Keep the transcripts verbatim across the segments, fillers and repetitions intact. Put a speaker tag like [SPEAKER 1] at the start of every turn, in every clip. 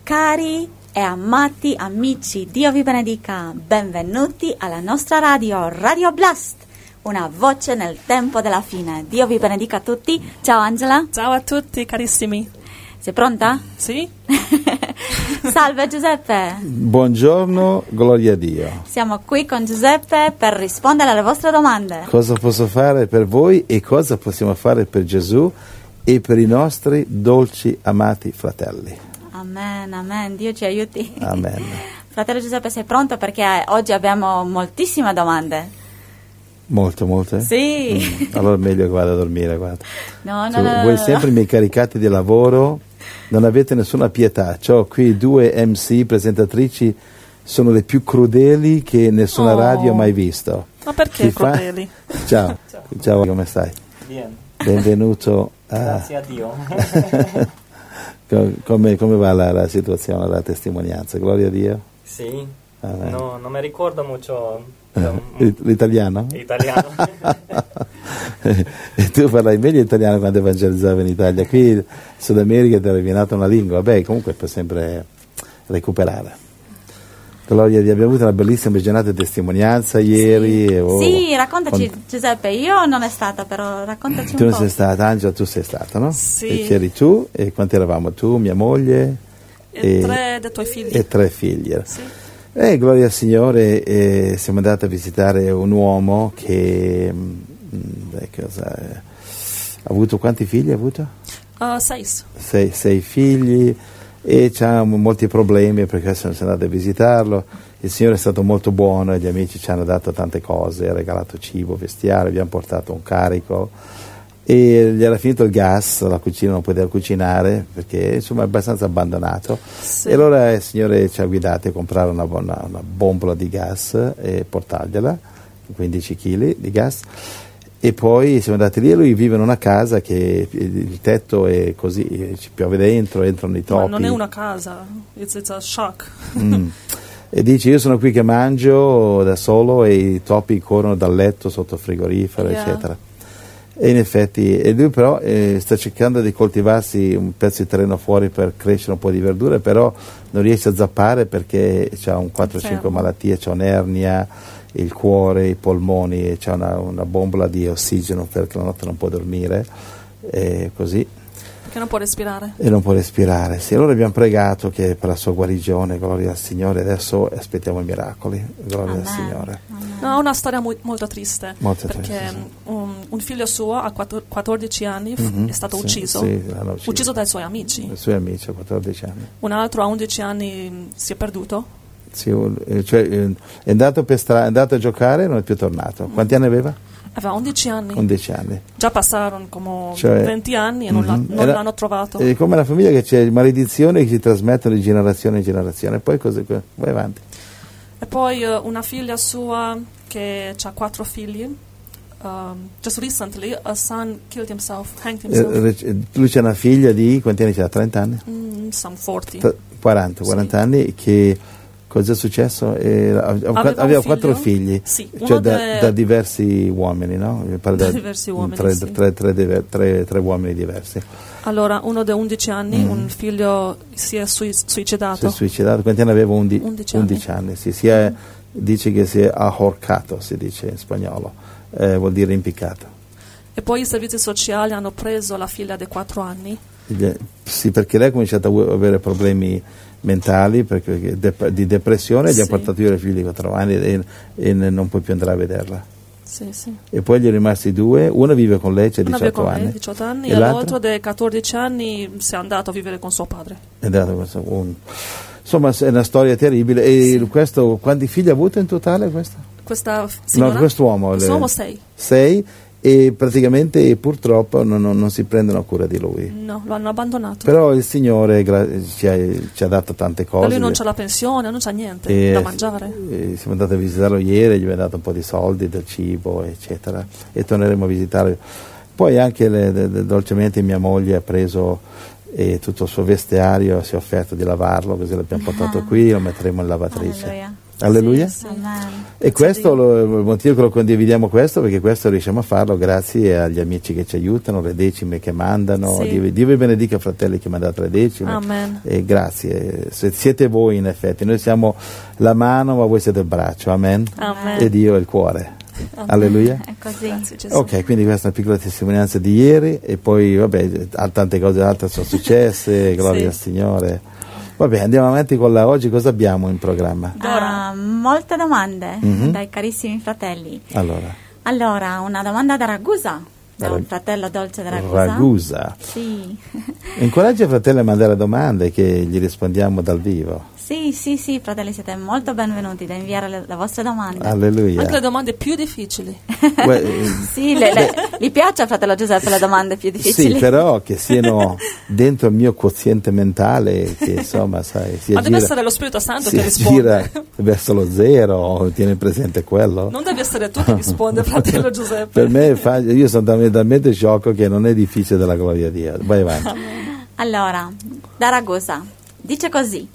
[SPEAKER 1] Cari e amati amici, Dio vi benedica. Benvenuti alla nostra radio, Radio Blast, una voce nel tempo della fine. Dio vi benedica a tutti. Ciao Angela.
[SPEAKER 2] Ciao a tutti carissimi.
[SPEAKER 1] Sei pronta?
[SPEAKER 2] Sì.
[SPEAKER 1] Salve Giuseppe.
[SPEAKER 3] Buongiorno, gloria a Dio.
[SPEAKER 1] Siamo qui con Giuseppe per rispondere alle vostre domande.
[SPEAKER 3] Cosa posso fare per voi e cosa possiamo fare per Gesù e per i nostri dolci amati fratelli?
[SPEAKER 1] Amen, amen, Dio ci aiuti.
[SPEAKER 3] Amen.
[SPEAKER 1] Fratello Giuseppe, sei pronto? Perché oggi abbiamo moltissime domande.
[SPEAKER 3] Molte, molte?
[SPEAKER 1] Sì.
[SPEAKER 3] Mm, allora meglio che vada a dormire, guarda.
[SPEAKER 1] No, no,
[SPEAKER 3] tu,
[SPEAKER 1] no,
[SPEAKER 3] voi
[SPEAKER 1] no,
[SPEAKER 3] sempre
[SPEAKER 1] no.
[SPEAKER 3] mi caricate di lavoro, non avete nessuna pietà. C'ho qui due M C presentatrici, sono le più crudeli che nessuna
[SPEAKER 2] oh.
[SPEAKER 3] radio ha mai visto.
[SPEAKER 2] Ma perché
[SPEAKER 3] Si fa...
[SPEAKER 2] crudeli?
[SPEAKER 3] Ciao. Ciao, ciao, come stai?
[SPEAKER 4] Bien.
[SPEAKER 3] Benvenuto. A...
[SPEAKER 4] Grazie a Dio.
[SPEAKER 3] Come, come va la, la situazione, la testimonianza? Gloria a Dio?
[SPEAKER 4] Sì,
[SPEAKER 3] Amen.
[SPEAKER 4] no, non mi ricordo molto
[SPEAKER 3] eh, l'italiano?
[SPEAKER 4] Italiano.
[SPEAKER 3] E tu parlai meglio italiano quando evangelizzavi in Italia, qui in Sud America ti è rovinato una lingua, beh comunque puoi sempre recuperare. Gloria a Dio, abbiamo avuto una bellissima giornata di testimonianza ieri.
[SPEAKER 1] Sì,
[SPEAKER 3] oh,
[SPEAKER 1] sì, raccontaci
[SPEAKER 3] con...
[SPEAKER 1] Giuseppe, io non è stata però, raccontaci
[SPEAKER 3] tu
[SPEAKER 1] un
[SPEAKER 3] non
[SPEAKER 1] po'.
[SPEAKER 3] sei stata, Angela tu sei stata, no?
[SPEAKER 2] Sì.
[SPEAKER 3] E c'eri tu, e quanti eravamo? Tu, mia moglie
[SPEAKER 2] E,
[SPEAKER 3] e
[SPEAKER 2] tre dei tuoi figli.
[SPEAKER 3] E tre figli.
[SPEAKER 2] Sì.
[SPEAKER 3] E gloria al Signore, eh, siamo andati a visitare un uomo che mh, beh, cosa, eh, ha avuto quanti figli ha avuto?
[SPEAKER 2] Uh, sei.
[SPEAKER 3] Sei, sei figli e c'ha molti problemi perché siamo andati a visitarlo. Il Signore è stato molto buono e gli amici ci hanno dato tante cose, ha regalato cibo, vestiario, abbiamo portato un carico e gli era finito il gas, la cucina non poteva cucinare perché insomma è abbastanza abbandonato.
[SPEAKER 2] Sì.
[SPEAKER 3] E allora il Signore ci ha guidati a comprare una, una, una bombola di gas e portargliela, quindici chili di gas. E poi siamo andati lì e lui vive in una casa che il tetto è così, ci piove dentro, entrano i topi.
[SPEAKER 2] Ma non è una casa, it's, it's a shack.
[SPEAKER 3] Mm. E dice io sono qui che mangio da solo e i topi corrono dal letto sotto il frigorifero,
[SPEAKER 2] Yeah.
[SPEAKER 3] eccetera. E in effetti, e lui però eh, sta cercando di coltivarsi un pezzo di terreno fuori per crescere un po' di verdure, però non riesce a zappare perché ha un quattro cinque malattie, c'ha un'ernia, il cuore, i polmoni, c'ha una, una bombola di ossigeno perché la notte non può dormire, e così.
[SPEAKER 2] Perché non può respirare.
[SPEAKER 3] E non può respirare, sì. Allora abbiamo pregato che per la sua guarigione, gloria al Signore, adesso aspettiamo i miracoli, gloria
[SPEAKER 1] Amen.
[SPEAKER 3] al Signore.
[SPEAKER 1] Amen.
[SPEAKER 2] No, è una storia mu- molto triste.
[SPEAKER 3] Molto
[SPEAKER 2] perché
[SPEAKER 3] triste, sì.
[SPEAKER 2] un, un figlio suo a quattordici anni f-
[SPEAKER 3] Mm-hmm.
[SPEAKER 2] è stato
[SPEAKER 3] sì,
[SPEAKER 2] ucciso.
[SPEAKER 3] Sì, l'hanno ucciso.
[SPEAKER 2] Ucciso dai suoi amici.
[SPEAKER 3] I suoi amici a quattordici anni.
[SPEAKER 2] Un altro a undici anni mh, si è perduto.
[SPEAKER 3] Sì, eh, cioè, eh, è, andato per stra- è andato a giocare e non è più tornato. Quanti anni aveva?
[SPEAKER 2] Aveva undici anni.
[SPEAKER 3] undici anni.
[SPEAKER 2] Già passarono come
[SPEAKER 3] Cioè,
[SPEAKER 2] venti anni e non,
[SPEAKER 3] mm-hmm.
[SPEAKER 2] l'ha- non
[SPEAKER 3] Era-
[SPEAKER 2] l'hanno trovato.
[SPEAKER 3] È come una famiglia che c'è maledizioni che si trasmettono di generazione in generazione. Poi così, vai avanti.
[SPEAKER 2] E poi uh, una figlia sua che ha quattro figli. Um, just recently a son killed himself, hanged himself.
[SPEAKER 3] Eh, lui c'è una figlia di quanti anni c'ha? trenta anni?
[SPEAKER 2] Mm, some forty.
[SPEAKER 3] T- quaranta, quaranta
[SPEAKER 2] Sì.
[SPEAKER 3] anni che cosa è successo? Eh, aveva
[SPEAKER 2] Aveva
[SPEAKER 3] aveva
[SPEAKER 2] un
[SPEAKER 3] quattro
[SPEAKER 2] figlio?
[SPEAKER 3] figli,
[SPEAKER 2] Sì,
[SPEAKER 3] cioè
[SPEAKER 2] uno
[SPEAKER 3] da,
[SPEAKER 2] de-
[SPEAKER 3] da diversi uomini, no? Mi pare
[SPEAKER 2] Da diversi uomini,
[SPEAKER 3] tre,
[SPEAKER 2] sì.
[SPEAKER 3] tre, tre, diver- tre- tre uomini diversi.
[SPEAKER 2] Allora, uno di undici anni,
[SPEAKER 3] Mm.
[SPEAKER 2] un figlio si è sui-
[SPEAKER 3] Si
[SPEAKER 2] suicidato.
[SPEAKER 3] è suicidato, quanti anni aveva? Undi-
[SPEAKER 2] undici anni.
[SPEAKER 3] undici anni, sì, si è, dice che si è ahorcato, si dice in spagnolo, eh, vuol dire impiccato.
[SPEAKER 2] E poi i servizi sociali hanno preso la figlia di quattro anni.
[SPEAKER 3] Gli- Sì, perché lei ha cominciato a avere problemi mentali perché, dep- di depressione, gli ha
[SPEAKER 2] Sì.
[SPEAKER 3] portato via il figlio di quattro anni e, e non puoi più andare a vederla.
[SPEAKER 2] Sì, sì.
[SPEAKER 3] E poi gli è rimasti due, uno vive con lei, c'è
[SPEAKER 2] Uno aveva
[SPEAKER 3] diciotto
[SPEAKER 2] con
[SPEAKER 3] anni,
[SPEAKER 2] lei diciotto anni
[SPEAKER 3] e
[SPEAKER 2] e
[SPEAKER 3] l'altro?
[SPEAKER 2] l'altro di quattordici anni si è andato a vivere con suo padre.
[SPEAKER 3] È andato questo, un- insomma è una storia terribile. E
[SPEAKER 2] Sì.
[SPEAKER 3] questo, quanti figli ha avuto in totale questo?
[SPEAKER 2] Questa f- signora?
[SPEAKER 3] No, quest'uomo.
[SPEAKER 2] Quest'uomo
[SPEAKER 3] le-
[SPEAKER 2] sei.
[SPEAKER 3] Sei, e praticamente purtroppo non, non- non si prendono cura di lui.
[SPEAKER 2] No, lo hanno abbandonato.
[SPEAKER 3] Però il Signore gra- ci, ha, ci ha dato tante
[SPEAKER 2] Ma
[SPEAKER 3] cose.
[SPEAKER 2] lui non c'ha la pensione, non c'ha niente
[SPEAKER 3] E-
[SPEAKER 2] da mangiare.
[SPEAKER 3] e siamo andati a visitarlo ieri, gli abbiamo dato un po' di soldi, del cibo, eccetera, e torneremo a visitarlo. Poi anche le, de- de- dolcemente mia moglie ha preso eh, tutto il suo vestiario, si è offerto di lavarlo, così l'abbiamo portato
[SPEAKER 1] Ah.
[SPEAKER 3] qui, lo metteremo in lavatrice.
[SPEAKER 1] Alleluia.
[SPEAKER 3] Alleluia.
[SPEAKER 2] Sì, sì.
[SPEAKER 1] Amen.
[SPEAKER 3] E questo lo, il motivo che lo condividiamo questo, perché questo riusciamo a farlo grazie agli amici che ci aiutano, le decime che mandano.
[SPEAKER 2] Sì.
[SPEAKER 3] Dio, Dio vi benedica, fratelli che mandate le decime.
[SPEAKER 2] Amen.
[SPEAKER 3] E grazie, se siete voi in effetti, noi siamo la mano ma voi siete il braccio, amen.
[SPEAKER 2] Amen.
[SPEAKER 3] E Dio è il cuore.
[SPEAKER 2] Amen.
[SPEAKER 3] Alleluia.
[SPEAKER 1] È così.
[SPEAKER 2] Grazie Gesù.
[SPEAKER 3] Ok, quindi questa è una piccola testimonianza di ieri e poi vabbè, tante cose altre sono successe, gloria
[SPEAKER 2] Sì.
[SPEAKER 3] al Signore. Vabbè, andiamo avanti con la oggi, cosa abbiamo in programma?
[SPEAKER 2] Dora.
[SPEAKER 1] Ah, molte domande
[SPEAKER 3] Mhm.
[SPEAKER 1] dai carissimi fratelli.
[SPEAKER 3] Allora,
[SPEAKER 1] Allora, una domanda da Ragusa, da
[SPEAKER 3] Rag-
[SPEAKER 1] un fratello dolce da Ragusa.
[SPEAKER 3] Ragusa.
[SPEAKER 1] Sì.
[SPEAKER 3] Incoraggia i fratelli a mandare domande che gli rispondiamo dal vivo.
[SPEAKER 1] Sì, sì, sì, fratelli, siete molto benvenuti da inviare le, le vostre domande.
[SPEAKER 3] Alleluia.
[SPEAKER 2] Anche le domande più difficili.
[SPEAKER 3] Gue- eh,
[SPEAKER 1] Sì, le, le- gli piace a fratello Giuseppe le domande più difficili?
[SPEAKER 3] sì, però che siano dentro il mio quoziente mentale, che insomma, sai, si
[SPEAKER 2] Ma deve
[SPEAKER 3] aggira,
[SPEAKER 2] essere lo Spirito Santo
[SPEAKER 3] si
[SPEAKER 2] che risponde.
[SPEAKER 3] gira verso lo zero, tiene presente quello.
[SPEAKER 2] Non devi essere tu che risponde, fratello Giuseppe.
[SPEAKER 3] Per me, è fa- io sono talmente, talmente sciocco che non è difficile della gloria di Dio. Vai avanti.
[SPEAKER 1] Allora, da Ragusa, dice così: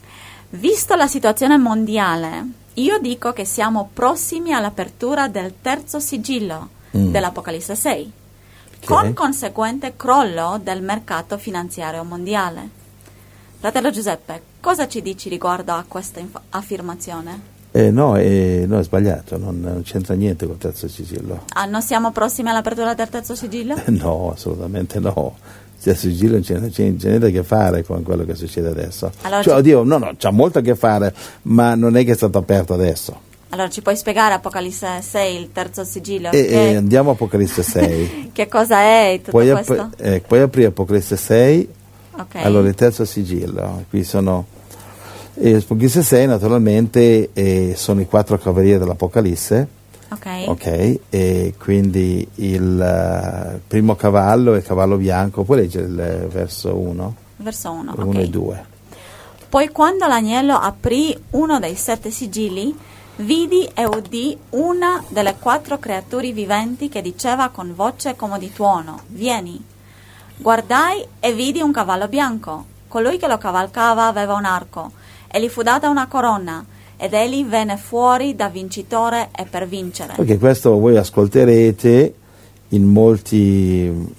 [SPEAKER 1] visto la situazione mondiale, io dico che siamo prossimi all'apertura del terzo sigillo
[SPEAKER 3] Mm.
[SPEAKER 1] dell'Apocalisse sei,
[SPEAKER 3] Ok.
[SPEAKER 1] con conseguente crollo del mercato finanziario mondiale. Fratello Giuseppe, cosa ci dici riguardo a questa inf- affermazione?
[SPEAKER 3] Eh, no, eh, no, è sbagliato, non, non c'entra niente col terzo sigillo.
[SPEAKER 1] Ah, non siamo prossimi all'apertura del terzo sigillo?
[SPEAKER 3] No, assolutamente no. Il terzo sigillo non c'è, non c'è- c'è niente a che fare con quello che succede adesso.
[SPEAKER 1] Allora
[SPEAKER 3] cioè,
[SPEAKER 1] ci-
[SPEAKER 3] oddio, no, no, c'ha molto a che fare, ma non è che è stato aperto adesso.
[SPEAKER 1] Allora, ci puoi spiegare Apocalisse sei, il terzo sigillo?
[SPEAKER 3] E,
[SPEAKER 1] che,
[SPEAKER 3] e andiamo a Apocalisse sei.
[SPEAKER 1] che cosa è tutto
[SPEAKER 3] Puoi, ap-
[SPEAKER 1] questo?
[SPEAKER 3] eh, puoi aprire Apocalisse sei.
[SPEAKER 1] Ok.
[SPEAKER 3] Allora, il terzo sigillo, qui sono eh, Apocalisse sei naturalmente eh, sono i quattro cavalieri dell'Apocalisse,
[SPEAKER 1] Ok.
[SPEAKER 3] ok? E quindi il eh, primo cavallo è il cavallo bianco, puoi leggere il eh, verso uno,
[SPEAKER 1] Verso uno.
[SPEAKER 3] uno
[SPEAKER 1] ok.
[SPEAKER 3] e due.
[SPEAKER 1] Poi quando l'agnello aprì uno dei sette sigilli, vidi e udì una delle quattro creature viventi che diceva con voce come di tuono: vieni. Guardai e vidi un cavallo bianco. Colui che lo cavalcava aveva un arco e gli fu data una corona, ed egli venne fuori da vincitore e per vincere.
[SPEAKER 3] Perché questo voi ascolterete in molti,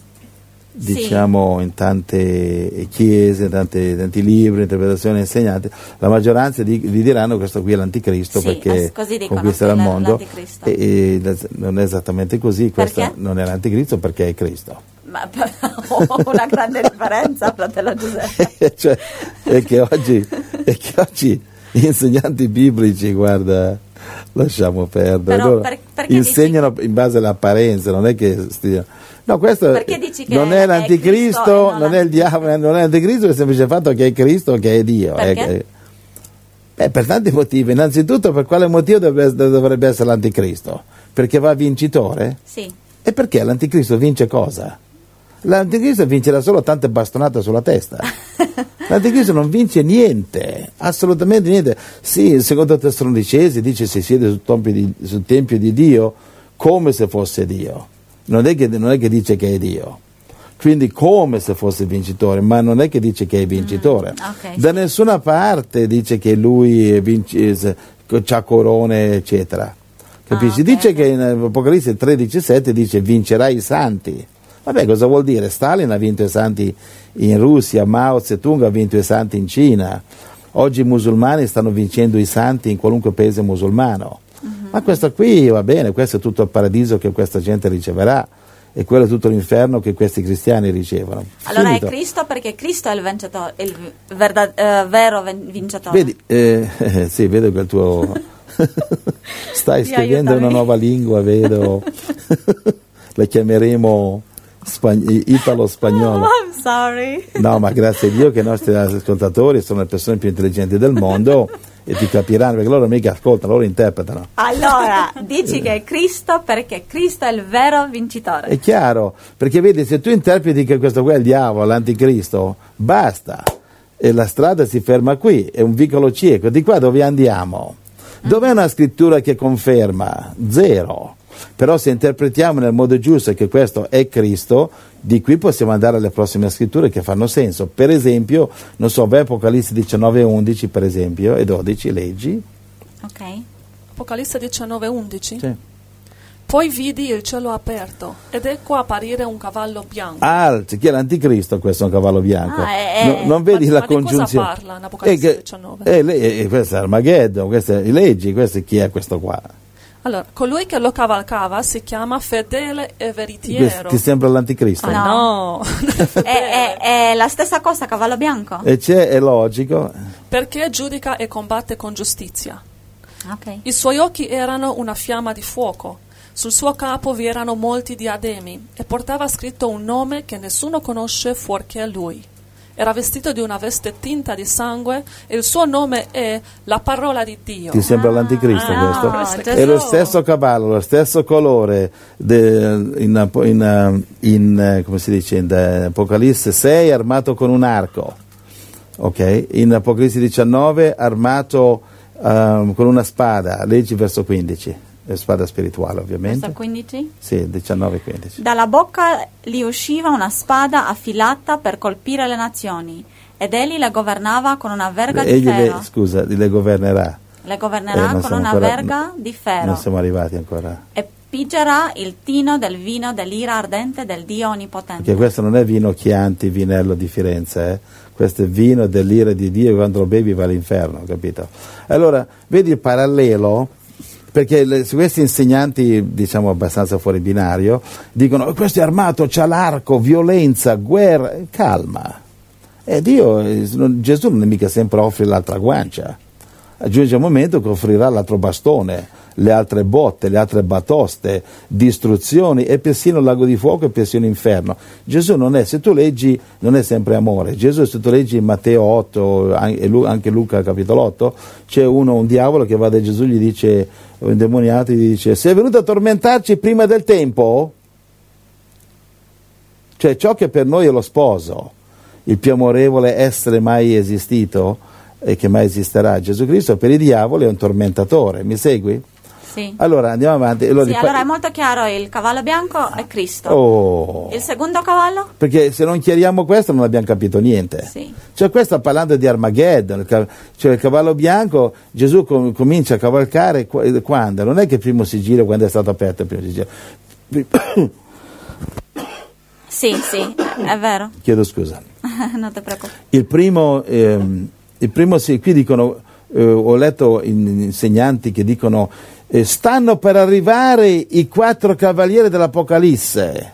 [SPEAKER 3] diciamo, in tante chiese, in tante- tanti libri, interpretazioni insegnate, la maggioranza di- vi diranno questo qui è l'anticristo
[SPEAKER 1] Sì,
[SPEAKER 3] perché
[SPEAKER 1] es- così dicono
[SPEAKER 3] conquisterà il
[SPEAKER 1] che è
[SPEAKER 3] mondo.
[SPEAKER 1] l'anticristo.
[SPEAKER 3] E, e non è esattamente così, questo
[SPEAKER 1] Perché?
[SPEAKER 3] non è l'anticristo perché è Cristo.
[SPEAKER 1] Ma ho una grande differenza, fratello Giuseppe.
[SPEAKER 3] Cioè, è che oggi, è che oggi gli insegnanti biblici, guarda, lasciamo perdere.
[SPEAKER 1] Però
[SPEAKER 3] Loro
[SPEAKER 1] per- perché
[SPEAKER 3] insegnano in base alle apparenze, non è che stiano. No, questo
[SPEAKER 1] Perché dici che
[SPEAKER 3] non è
[SPEAKER 1] è
[SPEAKER 3] l'anticristo,
[SPEAKER 1] Cristo e non
[SPEAKER 3] non è il diavolo, non è l'anticristo, è il semplice fatto che è Cristo, che è Dio. eh,
[SPEAKER 1] Perché?
[SPEAKER 3] che- Beh, per tanti motivi. Innanzitutto, per quale motivo dovrebbe, dovrebbe essere l'anticristo? Perché va vincitore?
[SPEAKER 1] Sì.
[SPEAKER 3] E perché l'anticristo vince cosa? L'anticristo vincerà solo tante bastonate sulla testa. L'anticristo non vince niente, assolutamente niente. Sì, il secondo Tessalonicesi dice si siede sul tempio, di, sul tempio di Dio come se fosse Dio. Non è, che, non è che dice che è Dio. Quindi come se fosse vincitore, ma non è che dice che è vincitore.
[SPEAKER 1] Mm, ok,
[SPEAKER 3] Da
[SPEAKER 1] sì.
[SPEAKER 3] nessuna parte dice che lui è vinci, c'ha corone, eccetera. Capisci?
[SPEAKER 1] Ah, ok,
[SPEAKER 3] Dice
[SPEAKER 1] ok.
[SPEAKER 3] che in Apocalisse tredici sette dice vincerai i santi. Vabbè, cosa vuol dire? Stalin ha vinto i santi in Russia, Mao Zedong ha vinto i santi in Cina. Oggi i musulmani stanno vincendo i santi in qualunque paese musulmano.
[SPEAKER 1] Mhm.
[SPEAKER 3] Ma questo qui va bene, questo è tutto il paradiso che questa gente riceverà e quello è tutto l'inferno che questi cristiani ricevono.
[SPEAKER 1] Allora
[SPEAKER 3] Finito.
[SPEAKER 1] è Cristo perché Cristo è il vincitore, il verda- eh, vero ven- vincitore.
[SPEAKER 3] Vedi, eh, eh, sì, vedo che il tuo stai
[SPEAKER 1] Sì,
[SPEAKER 3] scrivendo
[SPEAKER 1] aiutami.
[SPEAKER 3] una nuova lingua, vedo. La chiameremo spagn- italo-spagnolo.
[SPEAKER 1] Oh, I'm sorry.
[SPEAKER 3] No, ma grazie a Dio che i nostri ascoltatori sono le persone più intelligenti del mondo e ti capiranno perché loro mica ascoltano, loro interpretano.
[SPEAKER 1] Allora, dici che è Cristo perché Cristo è il vero vincitore.
[SPEAKER 3] È chiaro, perché vedi, se tu interpreti che questo qua è il diavolo, l'anticristo, basta. E la strada si ferma qui, è un vicolo cieco. Di qua dove andiamo? Dov'è una scrittura che conferma? Zero. Però se interpretiamo nel modo giusto che questo è Cristo, di qui possiamo andare alle prossime scritture che fanno senso. Per esempio, non so, vai Apocalisse diciannove, undici per esempio, e dodici, leggi.
[SPEAKER 1] Ok.
[SPEAKER 2] Apocalisse diciannove undici.
[SPEAKER 3] Sì.
[SPEAKER 2] Poi vidi il cielo aperto ed ecco apparire un cavallo bianco.
[SPEAKER 3] Ah, chi è l'anticristo? Questo è un cavallo bianco.
[SPEAKER 1] Ah, è-
[SPEAKER 3] No, non vedi
[SPEAKER 2] ma,
[SPEAKER 3] la
[SPEAKER 2] ma di cosa
[SPEAKER 3] congiunzione?
[SPEAKER 2] parla in Apocalisse
[SPEAKER 3] Eh, che-
[SPEAKER 2] diciannove?
[SPEAKER 3] eh, le- eh, questo è Armageddon, questo è, leggi, questo è, chi è questo qua?
[SPEAKER 2] Allora, colui che lo cavalcava si chiama fedele e
[SPEAKER 3] Questo
[SPEAKER 2] veritiero.
[SPEAKER 3] ti sembra l'anticristo?
[SPEAKER 2] Ah, no,
[SPEAKER 1] È, è- è la stessa cosa, cavallo bianco?
[SPEAKER 3] E c'è, è logico.
[SPEAKER 2] perché giudica e combatte con giustizia.
[SPEAKER 1] Ok.
[SPEAKER 2] I suoi occhi erano una fiamma di fuoco, sul suo capo vi erano molti diademi e portava scritto un nome che nessuno conosce fuorché lui. Era vestito di una veste tinta di sangue e il suo nome è la parola di Dio.
[SPEAKER 3] Ti sembra l'anticristo
[SPEAKER 2] Ah,
[SPEAKER 3] questo?
[SPEAKER 2] no,
[SPEAKER 1] Gesù.
[SPEAKER 3] È lo stesso cavallo, lo stesso colore de- in, in, in, come si dice, in Apocalisse sei armato con un arco, ok? In Apocalisse diciannove armato um, con una spada, leggi verso quindici, è spada spirituale ovviamente.
[SPEAKER 1] Verso quindici?
[SPEAKER 3] Sì, diciannove quindici.
[SPEAKER 1] Dalla bocca gli usciva una spada affilata per colpire le nazioni, ed egli le governava con una verga di
[SPEAKER 3] Egli le,
[SPEAKER 1] ferro.
[SPEAKER 3] scusa, le governerà.
[SPEAKER 1] Le
[SPEAKER 3] Eh,
[SPEAKER 1] governerà
[SPEAKER 3] non
[SPEAKER 1] con
[SPEAKER 3] siamo
[SPEAKER 1] una
[SPEAKER 3] ancora-
[SPEAKER 1] verga di ferro.
[SPEAKER 3] Non siamo arrivati ancora.
[SPEAKER 1] E pigerà il tino del vino dell'ira ardente del Dio Onnipotente.
[SPEAKER 3] Perché questo non è vino Chianti, vinello di Firenze, eh? Questo è vino dell'ira di Dio, quando lo bevi va all'inferno, capito? Allora, vedi il parallelo? Perché le, questi insegnanti, diciamo abbastanza fuori binario, dicono "Oh, questo è armato, c'ha l'arco, violenza, guerra", calma. E Dio, eh, non- Gesù non è mica sempre offre l'altra guancia, aggiunge un momento che offrirà l'altro bastone, le altre botte, le altre batoste, distruzioni e persino il lago di fuoco e persino inferno. Gesù non è, se tu leggi, non è sempre amore. Gesù, se tu leggi in Matteo otto e Lu- anche Luca capitolo otto, c'è uno, un diavolo che va da Gesù, gli dice, un indemoniato, gli dice: sei venuto a tormentarci prima del tempo? Cioè ciò che per noi è lo sposo, il più amorevole essere mai esistito e che mai esisterà, Gesù Cristo, per i diavoli è un tormentatore. Mi segui?
[SPEAKER 1] Sì.
[SPEAKER 3] Allora andiamo avanti. Allora,
[SPEAKER 1] Sì,
[SPEAKER 3] ripa-
[SPEAKER 1] allora è molto chiaro, il cavallo bianco è Cristo.
[SPEAKER 3] Oh,
[SPEAKER 1] Il secondo cavallo?
[SPEAKER 3] perché se non chiariamo questo non abbiamo capito niente.
[SPEAKER 1] Sì.
[SPEAKER 3] Cioè qua sta parlando di Armageddon, il ca- cioè il cavallo bianco, Gesù com- comincia a cavalcare qu- quando? Non è che il primo sigillo, quando è stato aperto il primo sigillo. Pri-
[SPEAKER 1] Sì, sì, è vero.
[SPEAKER 3] Chiedo scusa.
[SPEAKER 1] Non ti preoccupare.
[SPEAKER 3] Il primo, ehm, il primo sì, qui dicono, eh, ho letto in- insegnanti che dicono eh, stanno per arrivare i quattro cavalieri dell'Apocalisse.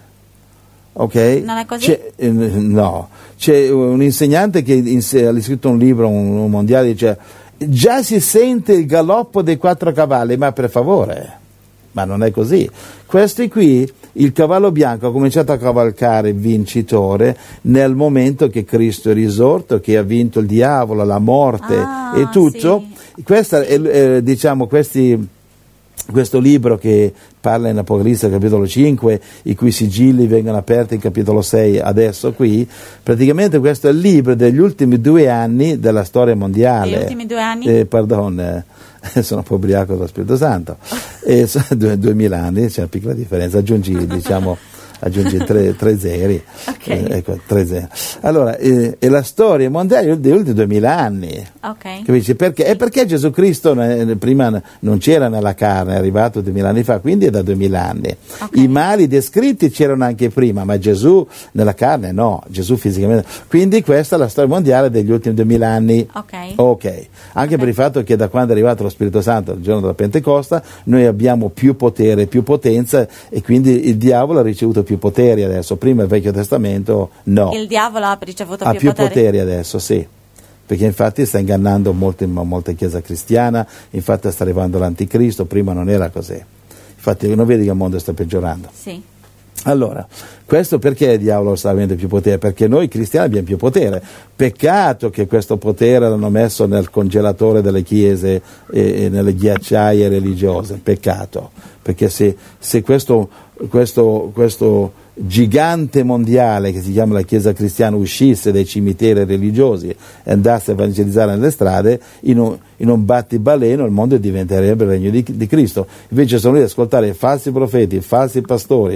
[SPEAKER 3] Ok?
[SPEAKER 1] Non è così?
[SPEAKER 3] C'è, eh, no, c'è un insegnante che inse- ha scritto un libro, un, un mondiale, dice già si sente il galoppo dei quattro cavalli, ma per favore, ma non è così. Questi qui, il cavallo bianco ha cominciato a cavalcare vincitore nel momento che Cristo è risorto, che ha vinto il diavolo, la morte
[SPEAKER 1] Ah,
[SPEAKER 3] e tutto.
[SPEAKER 1] sì.
[SPEAKER 3] Questa è, eh, diciamo, questi, questo libro che parla in Apocalisse capitolo cinque, i cui sigilli vengono aperti in capitolo sei adesso qui, praticamente questo è il libro degli ultimi due anni della storia mondiale.
[SPEAKER 1] Gli ultimi due anni?
[SPEAKER 3] Eh, pardon, eh, sono un po' ubriaco dello Spirito Santo. E sono due- duemila anni, c'è una piccola differenza, aggiungi diciamo aggiungi tre, tre zeri.
[SPEAKER 1] Ok.
[SPEAKER 3] Eh, ecco, tre zeri. Allora, eh, è la storia mondiale degli ultimi duemila anni.
[SPEAKER 1] Ok.
[SPEAKER 3] Capisci? Perché? E perché Gesù Cristo eh, prima non c'era nella carne, è arrivato duemila anni fa, quindi è da duemila anni.
[SPEAKER 1] Ok.
[SPEAKER 3] I mali descritti c'erano anche prima, ma Gesù nella carne no, Gesù fisicamente. Quindi questa è la storia mondiale degli ultimi duemila anni.
[SPEAKER 1] Ok.
[SPEAKER 3] Ok, anche
[SPEAKER 1] Ok.
[SPEAKER 3] per il fatto che da quando è arrivato lo Spirito Santo, il giorno della Pentecosta, noi abbiamo più potere, più potenza e quindi il diavolo ha ricevuto più poteri adesso. Prima il Vecchio Testamento no.
[SPEAKER 1] Il diavolo ha ricevuto
[SPEAKER 3] Ha
[SPEAKER 1] più,
[SPEAKER 3] più
[SPEAKER 1] poteri.
[SPEAKER 3] poteri adesso, sì, perché infatti sta ingannando molte, molte chiese cristiane, infatti sta arrivando l'anticristo, prima non era così. Infatti non vedi che il mondo sta peggiorando.
[SPEAKER 1] Sì.
[SPEAKER 3] Allora, questo perché il diavolo sta avendo più potere? Perché noi cristiani abbiamo più potere. Peccato che questo potere l'hanno messo nel congelatore delle chiese e, e nelle ghiacciaie religiose. Peccato, perché se, se questo, questo, questo gigante mondiale che si chiama la Chiesa cristiana uscisse dai cimiteri religiosi e andasse a evangelizzare nelle strade, in un, in un battibaleno il mondo diventerebbe il regno di, di Cristo. Invece sono lì ad ascoltare falsi profeti, falsi pastori, che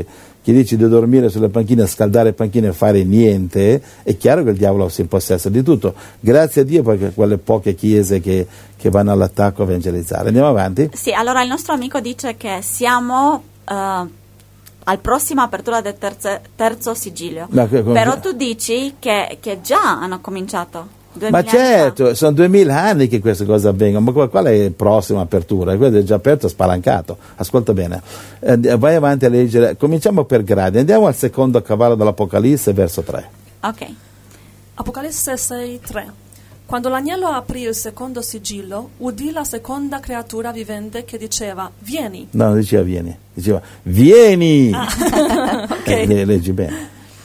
[SPEAKER 3] gli dici di dormire sulle panchine, scaldare panchine e fare niente, è chiaro che il diavolo si impossessa di tutto. Grazie a Dio perché quelle poche chiese che, che vanno all'attacco a evangelizzare. Andiamo avanti?
[SPEAKER 1] Sì, allora il nostro amico dice che siamo uh, al prossimo apertura del terzo, terzo sigillo,
[SPEAKER 3] Ma che-
[SPEAKER 1] però tu dici che, che già hanno cominciato.
[SPEAKER 3] Ma
[SPEAKER 1] duemila anni
[SPEAKER 3] certo,
[SPEAKER 1] fa.
[SPEAKER 3] sono duemila anni che queste cose avvengono, ma qual qual è la prossima apertura? Questo è già aperto, spalancato. Ascolta bene, eh, vai avanti a leggere, cominciamo per gradi, andiamo al secondo cavallo dell'Apocalisse, verso tre.
[SPEAKER 1] Ok.
[SPEAKER 2] Apocalisse sei tre. Quando l'agnello aprì il secondo sigillo, udì la seconda creatura vivente che diceva: vieni.
[SPEAKER 3] No, non diceva vieni, diceva vieni!
[SPEAKER 2] Ok.
[SPEAKER 3] Eh, le- leggi bene.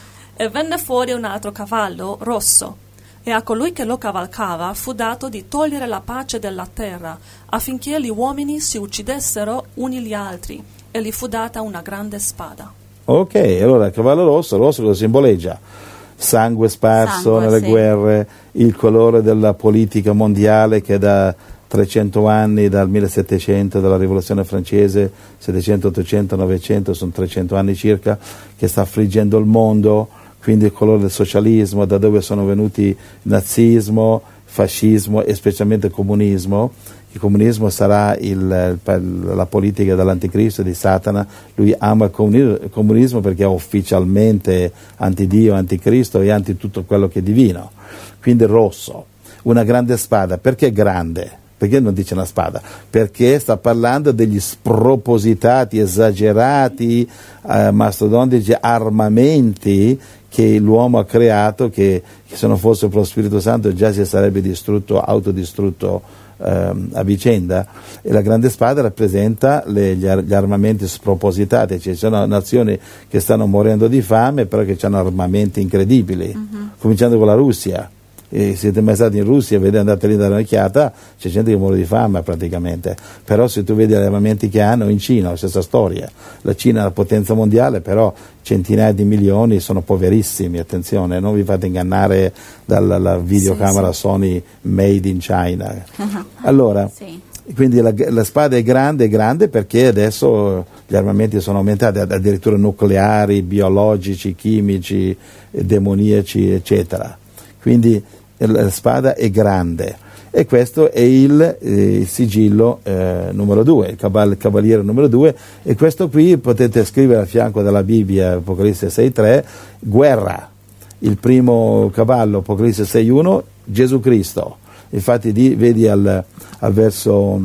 [SPEAKER 2] E venne fuori un altro cavallo rosso, e a colui che lo cavalcava fu dato di togliere la pace della terra, affinché gli uomini si uccidessero uni gli altri, e gli fu data una grande spada.
[SPEAKER 3] Ok, allora il cavallo rosso, rosso cosa simboleggia? Sangue sparso
[SPEAKER 1] Sangue,
[SPEAKER 3] nelle
[SPEAKER 1] sì.
[SPEAKER 3] guerre, il colore della politica mondiale che da trecento anni, dal millesettecento, dalla rivoluzione francese, settecento, ottocento, novecento, sono trecento anni circa, che sta affliggendo il mondo, quindi il colore del socialismo, da dove sono venuti nazismo, fascismo e specialmente comunismo. Il comunismo sarà il, la politica dell'anticristo, di Satana. Lui ama il comunismo, il comunismo perché è ufficialmente antidio, anticristo e anti tutto quello che è divino. Quindi rosso, una grande spada. Perché grande? Perché non dice una spada? Perché sta parlando degli spropositati, esagerati, eh, mastodontici armamenti che l'uomo ha creato, che, che se non fosse per lo Spirito Santo già si sarebbe distrutto, autodistrutto ehm, a vicenda. E la grande spada rappresenta le, gli, ar- gli armamenti spropositati. Ci sono nazioni che stanno morendo di fame, però che hanno armamenti incredibili, uh-huh. cominciando con la Russia. E siete mai stati in Russia, vedete, andate lì a dare un'occhiata, c'è gente che muore di fame praticamente, però se tu vedi gli armamenti che hanno, in Cina la stessa storia, la Cina è la potenza mondiale, però centinaia di milioni sono poverissimi, attenzione, non vi fate ingannare dalla videocamera sì, sì. Sony made in China. Uh-huh. Allora, sì. Quindi la, la spada è grande, è grande perché adesso gli armamenti sono aumentati, addirittura nucleari, biologici, chimici, demoniaci, eccetera. Quindi la spada è grande e questo è il, eh, il sigillo eh, numero due, il, caval- il cavaliere numero due, e questo qui potete scrivere a fianco della Bibbia, Apocalisse sei tre, guerra. Il primo cavallo, Apocalisse sei uno, Gesù Cristo. Infatti di, vedi al, al verso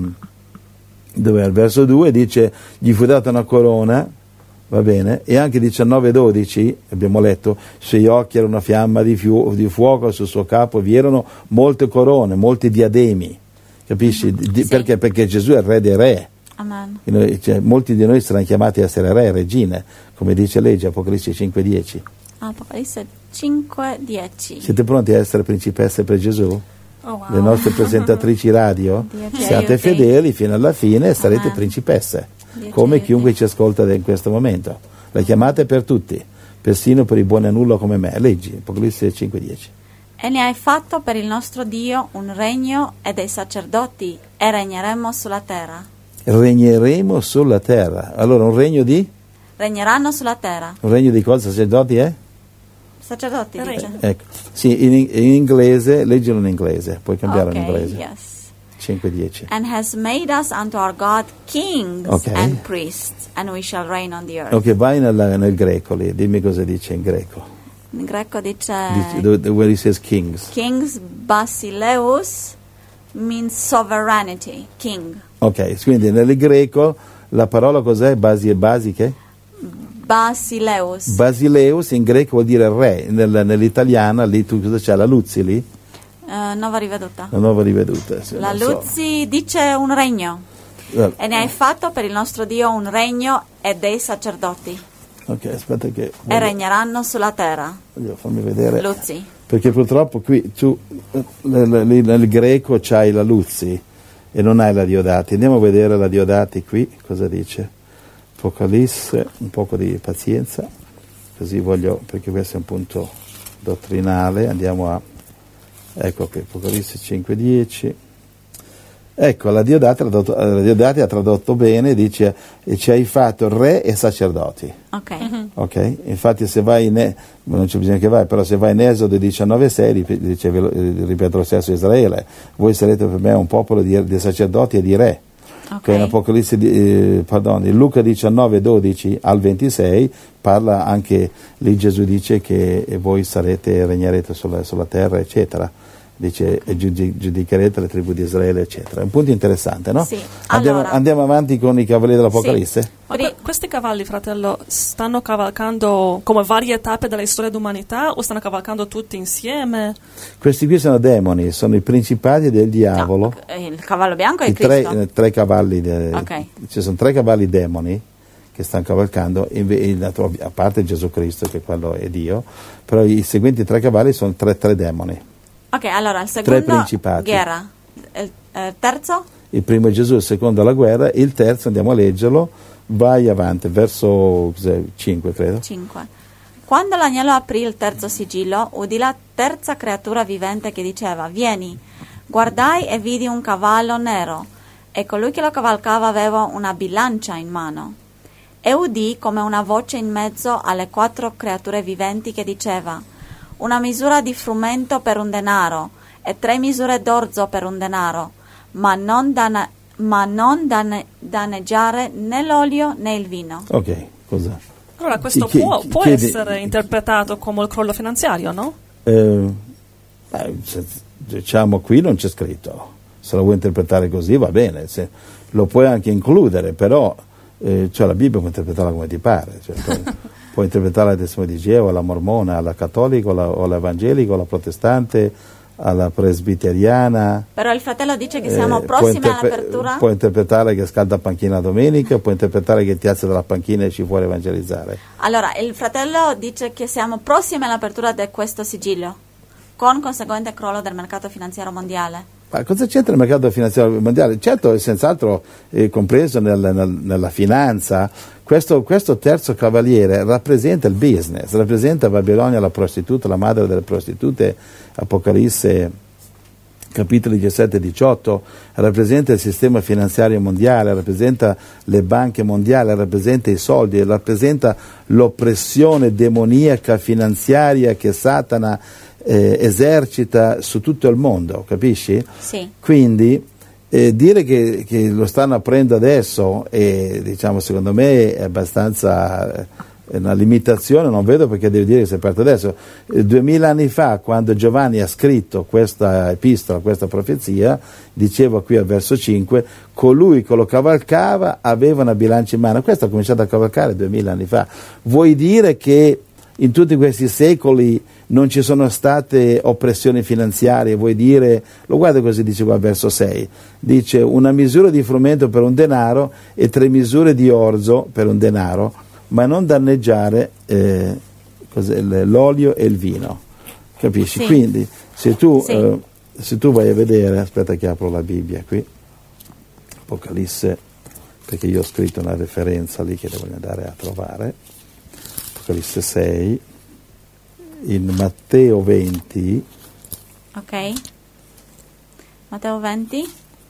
[SPEAKER 3] dove al verso due dice: gli fu data una corona, va bene, e anche diciannove dodici abbiamo letto: sui occhi era una fiamma di, fiu- di fuoco, sul suo capo vi erano molte corone, molti diademi, capisci? Di, sì. Perché? Perché Gesù è il re dei re.
[SPEAKER 1] Amen.
[SPEAKER 3] Noi, cioè, molti di noi saranno chiamati a essere re, regine, come dice legge, Apocalisse cinque dieci.
[SPEAKER 1] Apocalisse cinque dieci.
[SPEAKER 3] Siete pronti a essere principesse per Gesù?
[SPEAKER 2] Oh, wow.
[SPEAKER 3] Le nostre presentatrici radio? Siate fedeli fino alla fine e sarete Amen. Principesse, come chiunque ci ascolta in questo momento. La chiamata è per tutti, persino per i buoni a nulla come me. Leggi, Apocalisse cinque dieci.
[SPEAKER 1] E ne hai fatto per il nostro Dio un regno e dei sacerdoti, e regneremo sulla terra.
[SPEAKER 3] Regneremo sulla terra. Allora, un regno di?
[SPEAKER 1] Regneranno sulla terra.
[SPEAKER 3] Un regno di cosa? Sacerdoti è?
[SPEAKER 1] Sacerdoti,
[SPEAKER 2] eh,
[SPEAKER 1] dice.
[SPEAKER 3] Ecco. Sì, in, in inglese, leggilo in inglese, puoi cambiare
[SPEAKER 1] okay,
[SPEAKER 3] in inglese.
[SPEAKER 1] Yes.
[SPEAKER 3] cinque dieci.
[SPEAKER 1] And has made us unto our God kings
[SPEAKER 3] okay.
[SPEAKER 1] and priests, and we shall reign on the earth.
[SPEAKER 3] Ok, vai nel, nel greco lì, dimmi cosa dice in greco.
[SPEAKER 1] In greco dice,
[SPEAKER 3] dice where it says kings.
[SPEAKER 1] Kings, basileus, means sovereignty, king.
[SPEAKER 3] Ok, quindi nel greco la parola cos'è? Basi, basiche?
[SPEAKER 1] Basileus.
[SPEAKER 3] Basileus in greco vuol dire re, Nel, nell'italiana lì tu cosa c'è? La Luzzi lì?
[SPEAKER 1] Uh, nuova riveduta.
[SPEAKER 3] La nuova riveduta, sì,
[SPEAKER 1] La Luzzi so. Dice un regno. Uh, e ne hai fatto per il nostro Dio un regno e dei sacerdoti.
[SPEAKER 3] Ok, aspetta che...
[SPEAKER 1] Voglio, e regneranno sulla terra.
[SPEAKER 3] Voglio farmi vedere.
[SPEAKER 1] Luzzi.
[SPEAKER 3] Perché purtroppo qui tu nel, nel greco c'hai la Luzzi e non hai la Diodati. Andiamo a vedere la Diodati qui, cosa dice. Apocalisse, un poco di pazienza, così voglio, perché questo è un punto dottrinale. Andiamo a, ecco qui, Apocalisse cinque dieci. Ecco, la Diodati, la Diodati ha tradotto bene, dice ci hai fatto re e sacerdoti.
[SPEAKER 1] Ok.
[SPEAKER 2] Mm-hmm.
[SPEAKER 3] Okay? Infatti se vai in, non c'è bisogno che vai, però se vai in Esodo diciannove sei dice, ripeto lo stesso Israele, voi sarete per me un popolo di, di sacerdoti e di re. Okay. In Apocalisse, eh, pardon, in Luca diciannove dodici al ventisei parla anche, lì Gesù dice che voi sarete, regnerete sulla, sulla terra, eccetera. Dice e giudicherete le tribù di Israele, eccetera. È un punto interessante, no?
[SPEAKER 1] Sì.
[SPEAKER 3] Andiamo,
[SPEAKER 1] Allora,
[SPEAKER 3] andiamo avanti con i cavalieri dell'Apocalisse?
[SPEAKER 1] Sì.
[SPEAKER 2] Ma que- questi cavalli, fratello, stanno cavalcando come varie tappe della storia d'umanità o stanno cavalcando tutti insieme?
[SPEAKER 3] Questi qui sono demoni, sono i principati del diavolo.
[SPEAKER 1] no, il cavallo bianco è
[SPEAKER 3] I
[SPEAKER 1] Cristo.
[SPEAKER 3] tre, eh, tre cavalli, de,
[SPEAKER 1] Ok.
[SPEAKER 3] ci sono tre cavalli demoni che stanno cavalcando, inve- a parte Gesù Cristo, che quello è Dio, però i seguenti tre cavalli sono tre, tre demoni.
[SPEAKER 1] Ok, allora il
[SPEAKER 3] Tre
[SPEAKER 1] secondo
[SPEAKER 3] principati.
[SPEAKER 1] guerra, il eh, terzo?
[SPEAKER 3] Il primo è Gesù, il secondo è la guerra, il terzo, andiamo a leggerlo, vai avanti, verso cinque credo.
[SPEAKER 1] cinque. Quando l'agnello aprì il terzo sigillo, udì la terza creatura vivente che diceva: vieni. Guardai e vidi un cavallo nero, e colui che lo cavalcava aveva una bilancia in mano. E udì come una voce in mezzo alle quattro creature viventi che diceva: una misura di frumento per un denaro e tre misure d'orzo per un denaro, ma non, dana- ma non dane- danneggiare né l'olio né il vino.
[SPEAKER 3] Ok, cosa?
[SPEAKER 2] Allora questo
[SPEAKER 3] Chi-
[SPEAKER 2] può,
[SPEAKER 3] chi-
[SPEAKER 2] può
[SPEAKER 3] chiedi-
[SPEAKER 2] essere interpretato come il crollo finanziario, no?
[SPEAKER 3] Eh, beh, se- diciamo qui non c'è scritto, se lo vuoi interpretare così va bene, se, lo puoi anche includere, però eh, cioè la Bibbia può interpretarla come ti pare, cioè, puoi, puoi interpretarla alla testimone di Geova, alla mormona, alla cattolica, alla, o all'evangelica, alla protestante, alla presbiteriana.
[SPEAKER 1] Però il fratello dice che siamo
[SPEAKER 3] Eh,
[SPEAKER 1] prossimi
[SPEAKER 3] può interpre-
[SPEAKER 1] all'apertura.
[SPEAKER 3] Può interpretare che scalda panchina domenica, può interpretare che ti alza dalla panchina e ci può evangelizzare.
[SPEAKER 1] Allora, il fratello dice che siamo prossimi all'apertura di questo sigillo, con conseguente crollo del mercato finanziario mondiale.
[SPEAKER 3] Ma cosa c'entra il mercato finanziario mondiale? Certo, è senz'altro eh, compreso nel, nel, nella finanza. Questo, questo terzo cavaliere rappresenta il business, rappresenta Babilonia, la prostituta, la madre delle prostitute, Apocalisse capitoli diciassette e diciotto, rappresenta il sistema finanziario mondiale, rappresenta le banche mondiali, rappresenta i soldi, rappresenta l'oppressione demoniaca finanziaria che Satana eh, esercita su tutto il mondo, capisci?
[SPEAKER 1] Sì.
[SPEAKER 3] Quindi eh, dire che, che lo stanno aprendo adesso è, diciamo, secondo me è abbastanza eh, una limitazione, non vedo perché devi dire che si è aperto adesso. Eh, duemila anni fa, quando Giovanni ha scritto questa epistola, questa profezia, diceva qui al verso cinque, colui che lo cavalcava aveva una bilancia in mano. Questo ha cominciato a cavalcare duemila anni fa. Vuoi dire che in tutti questi secoli non ci sono state oppressioni finanziarie? Vuoi dire, lo guarda così, dice qua al verso sei, dice una misura di frumento per un denaro e tre misure di orzo per un denaro, ma non danneggiare eh, l'olio e il vino, capisci?
[SPEAKER 1] Sì.
[SPEAKER 3] Quindi se tu,
[SPEAKER 1] Sì.
[SPEAKER 3] eh, se tu vai a vedere, aspetta che apro la Bibbia qui, Apocalisse, perché io ho scritto una referenza lì che devo andare a trovare, Apocalisse sei, in Matteo venti.
[SPEAKER 1] Ok. Matteo venti.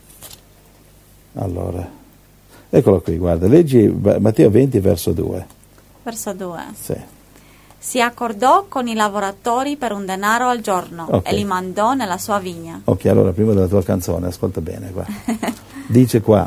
[SPEAKER 3] Allora, eccolo qui, guarda, leggi Matteo venti verso due.
[SPEAKER 1] Verso due.
[SPEAKER 3] Sì.
[SPEAKER 1] Si accordò con i lavoratori per un denaro al giorno
[SPEAKER 3] Ok.
[SPEAKER 1] e li mandò nella sua vigna.
[SPEAKER 3] Ok, allora prima della tua canzone, ascolta bene qua. Dice qua,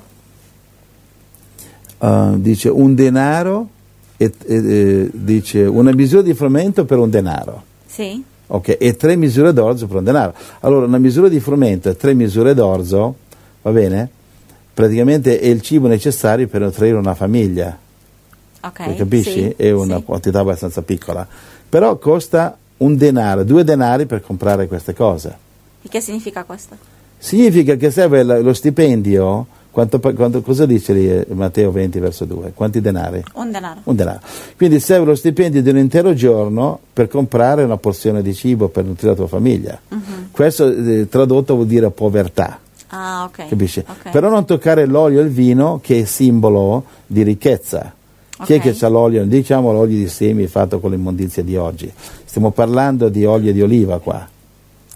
[SPEAKER 3] uh, dice un denaro, e, e, e, dice una misura di frumento per un denaro.
[SPEAKER 1] Sì.
[SPEAKER 3] Ok, e tre misure d'orzo per un denaro. Allora, una misura di frumento e tre misure d'orzo, va bene? Praticamente è il cibo necessario per nutrire una famiglia.
[SPEAKER 1] Ok.
[SPEAKER 3] Capisci?
[SPEAKER 1] Sì,
[SPEAKER 3] È una
[SPEAKER 1] sì.
[SPEAKER 3] quantità abbastanza piccola. Però costa un denaro, due denari per comprare queste cose.
[SPEAKER 1] E che significa questo?
[SPEAKER 3] Significa che serve lo lo stipendio, quanto, quanto, cosa dice lì Matteo venti verso due? Quanti denari?
[SPEAKER 1] Un denaro.
[SPEAKER 3] Un denaro. Quindi serve lo stipendio di un intero giorno per comprare una porzione di cibo per nutrire la tua famiglia.
[SPEAKER 1] Mhm.
[SPEAKER 3] Questo eh, tradotto vuol dire povertà,
[SPEAKER 1] Ah, ok.
[SPEAKER 3] capisci?
[SPEAKER 1] Ok.
[SPEAKER 3] Però non toccare l'olio e il vino, che è simbolo di ricchezza. Chi è
[SPEAKER 1] Ok.
[SPEAKER 3] che c'ha l'olio? Diciamo l'olio di semi fatto con l'immondizia di oggi. Stiamo parlando di olio di oliva qua.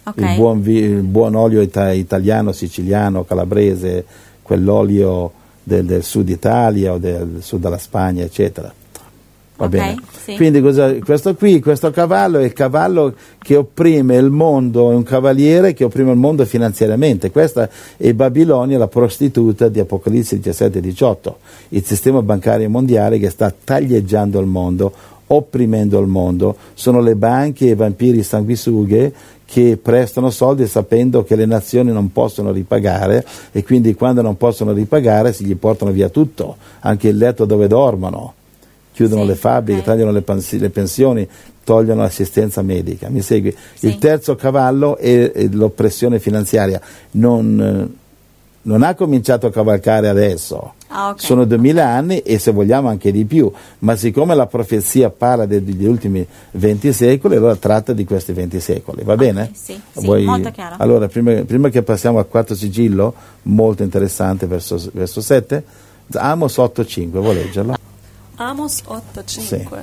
[SPEAKER 1] Okay.
[SPEAKER 3] Il, buon vi- il buon olio ita- italiano, siciliano, calabrese, quell'olio del, del sud Italia o del sud della Spagna, eccetera. Va
[SPEAKER 1] okay,
[SPEAKER 3] bene?
[SPEAKER 1] sì.
[SPEAKER 3] Quindi cosa, questo qui, questo cavallo è il cavallo che opprime il mondo, è un cavaliere che opprime il mondo finanziariamente. Questa è Babilonia, la prostituta di Apocalisse diciassette diciotto, il sistema bancario mondiale che sta taglieggiando il mondo, opprimendo il mondo. Sono le banche e i vampiri sanguisughe che prestano soldi sapendo che le nazioni non possono ripagare, e quindi quando non possono ripagare si gli portano via tutto, anche il letto dove dormono. Chiudono
[SPEAKER 1] Sì,
[SPEAKER 3] le fabbriche,
[SPEAKER 1] okay.
[SPEAKER 3] tagliano le, pens- le pensioni, togliono l'assistenza medica. Mi segui?
[SPEAKER 1] Sì.
[SPEAKER 3] Il terzo cavallo è, è l'oppressione finanziaria. Non, non ha cominciato a cavalcare adesso.
[SPEAKER 1] Ah, okay.
[SPEAKER 3] Sono duemila anni e se vogliamo anche di più. Ma siccome la profezia parla de- degli ultimi venti secoli, allora tratta di questi venti secoli. Va bene?
[SPEAKER 1] Okay, sì, sì,
[SPEAKER 3] Vuoi-
[SPEAKER 1] molto chiaro.
[SPEAKER 3] Allora, prima, prima che passiamo al quarto sigillo, molto interessante, verso, verso sette, Amos otto cinque, vuoi leggerlo?
[SPEAKER 2] Amos otto cinque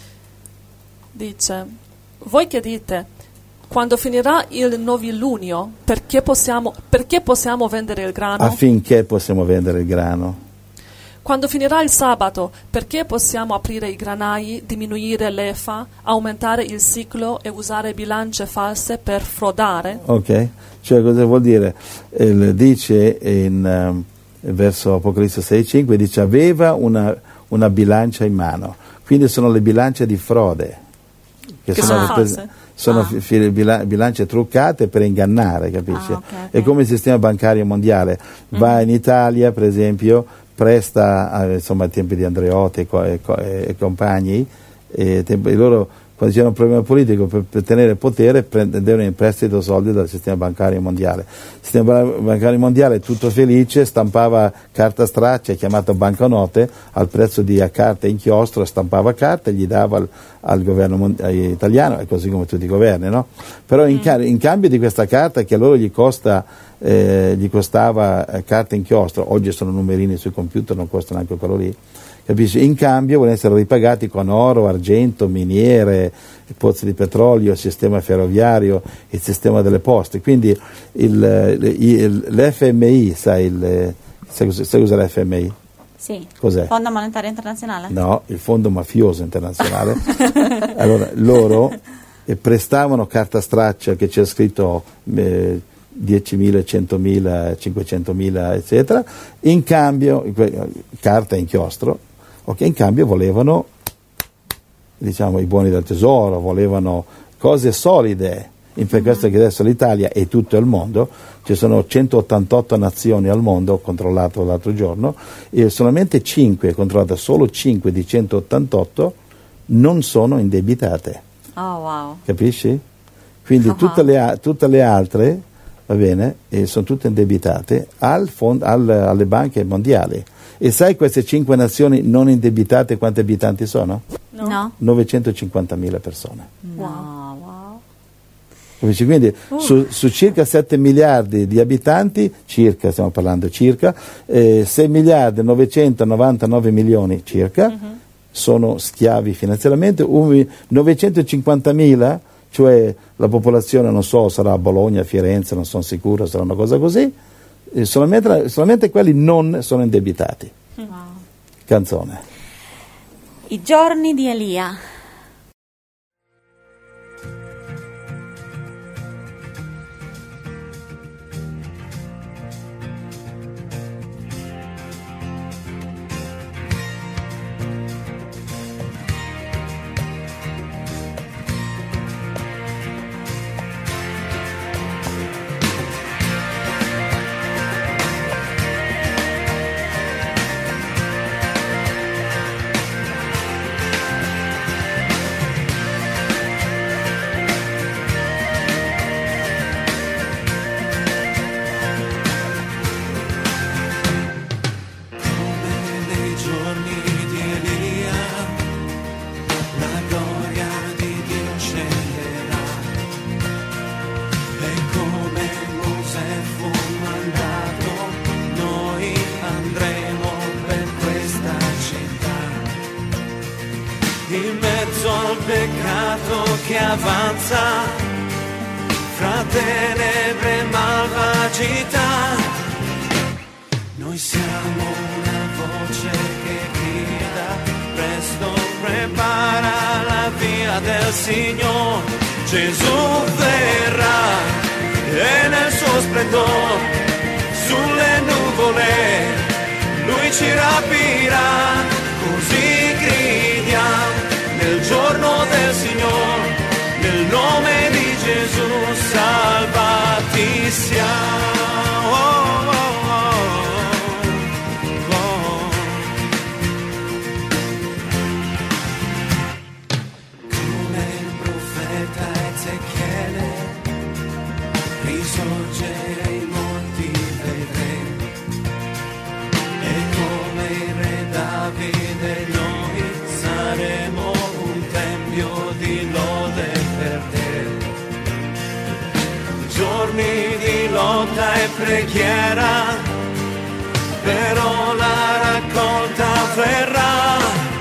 [SPEAKER 2] dice: voi che dite, quando finirà il novilunio, perché possiamo, perché possiamo vendere il grano?
[SPEAKER 3] Affinché possiamo vendere il grano.
[SPEAKER 2] Quando finirà il sabato, perché possiamo aprire i granai, diminuire l'efa, aumentare il ciclo e usare bilance false per frodare?
[SPEAKER 3] Ok? Cioè cosa vuol dire? Eh, dice in um, verso Apocalisse sei cinque, dice aveva una, una bilancia in mano. Quindi sono le bilance di frode. Che,
[SPEAKER 2] Che
[SPEAKER 3] sono,
[SPEAKER 2] sono
[SPEAKER 3] le-
[SPEAKER 2] false?
[SPEAKER 3] sono
[SPEAKER 1] Ah.
[SPEAKER 3] fi- fi- bila- bilance truccate per ingannare, capisci?
[SPEAKER 1] Ah, ok, ok.
[SPEAKER 3] È come il sistema bancario mondiale. Va in Italia, per esempio, presta, eh, insomma, ai tempi di Andreotti e, co- e co- e compagni, e tempo- e loro, quando c'era un problema politico, per, per tenere potere, prendevano in prestito soldi dal sistema bancario mondiale. Il sistema bancario mondiale, tutto felice, stampava carta straccia, chiamata banconote, al prezzo di a carta e inchiostro, stampava carta e gli dava al, al governo mond- eh, italiano, e così come tutti i governi, no? Però in, ca- in cambio di questa carta, che a loro gli costa eh, gli costava eh, carta e inchiostro, oggi sono numerini sui computer, non costano neanche quello lì, capisci? In cambio vogliono essere ripagati con oro, argento, miniere, pozzi di petrolio, il sistema ferroviario, il sistema delle poste. Quindi il, il, l'F M I, sai, il, sai, cosa- sai cos'è l'F M I?
[SPEAKER 1] Sì.
[SPEAKER 3] Cos'è?
[SPEAKER 1] Fondo Monetario Internazionale?
[SPEAKER 3] No, il Fondo Mafioso Internazionale. Allora, loro eh, prestavano carta straccia che c'è scritto eh, diecimila, centomila, cinquecentomila, eccetera, in cambio, que- carta e inchiostro, ok, in cambio volevano, diciamo, i buoni del tesoro, volevano cose solide. In per questo che adesso l'Italia e tutto il mondo, ci sono centottantotto nazioni al mondo, ho controllato l'altro giorno, e solamente cinque, controllate solo cinque di centottantotto, non sono indebitate,
[SPEAKER 1] Oh, wow.
[SPEAKER 3] capisci? Quindi
[SPEAKER 1] Ah.
[SPEAKER 3] tutte le, a- tutte le altre, va bene, e sono tutte indebitate al fond- al- alle banche mondiali. E sai queste cinque nazioni non indebitate quanti abitanti sono?
[SPEAKER 1] No?
[SPEAKER 3] novecentocinquantamila persone.
[SPEAKER 1] No, wow.
[SPEAKER 3] Capisci? Quindi su, su circa sette miliardi di abitanti, circa, stiamo parlando circa, eh, sei miliardi novecentonovantanove milioni circa sono schiavi finanziariamente, un- novecentocinquantamila, cioè la popolazione, non so, sarà a Bologna, Firenze, non sono sicuro, sarà una cosa così, eh, solamente, solamente quelli non sono indebitati.
[SPEAKER 1] Wow.
[SPEAKER 3] Canzone.
[SPEAKER 1] I giorni di Elia.
[SPEAKER 5] Nei giorni di Elia, la gloria di Dio scenderà, e come Mosè fu mandato, noi andremo per questa città, in mezzo al peccato che avanza, fra tenebre e malvagità. Noi siamo una voce che grida, presto prepara la via del Signore. Gesù verrà e nel suo splendore sulle nuvole Lui ci rapirà, così gridiamo nel giorno del Signore, nel nome di Gesù salvati siamo. Oh, oh, oh, oh. Come il profeta Ezechiele risorgere i morti vedremo, e come il re Davide noi saremo un tempio di lode per te. Giorni di lotta e preghiera, però la raccolta verrà.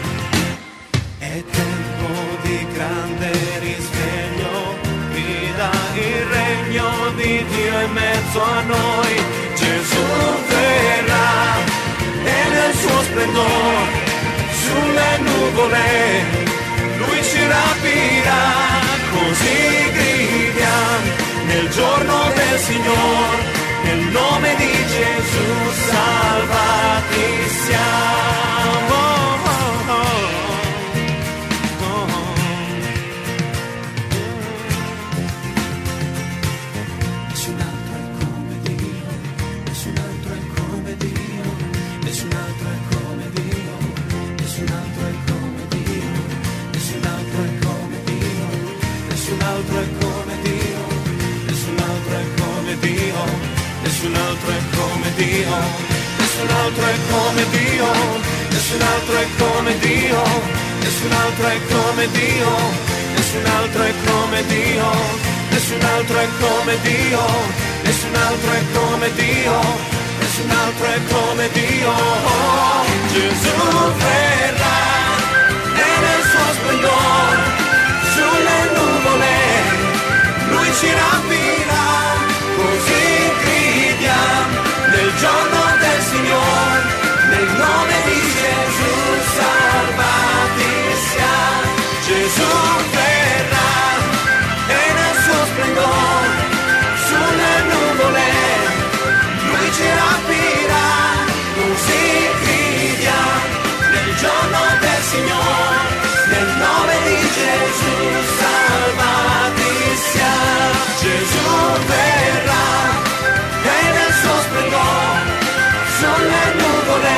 [SPEAKER 5] È tempo di grande risveglio, grida il regno di Dio in mezzo a noi. Gesù verrà e nel suo splendore sulle nuvole Lui ci rapirà, così gridiamo nel giorno del Signore, nel nome di Gesù salvati siamo. Oh, oh, oh, oh. Nessun altro è come Dio, nessun altro è come Dio, nessun altro è come Dio, nessun altro è come Dio, nessun altro è come Dio, nessun altro è come Dio, nessun altro è come Dio, nessun altro è come Dio, nessun altro è come Dio, nessun altro è come Dio, nessun altro è come Dio, nessun altro è come Dio, nessun altro è come Dio, nessun altro è come Dio, nessun altro è come Dio. Oh, Gesù verrà e nel suo splendore sulle nuvole Lui ci rapirà, così gridiamo nel giorno del Signore, nel nome di Gesù salvati siamo. Gesù verrà e nel suo splendore sulle nuvole Lui ci rapirà, così gridiamo nel giorno del Signore, nel nome di Gesù salvati siamo. Gesù verrà e nel suo splendore sulle nuvole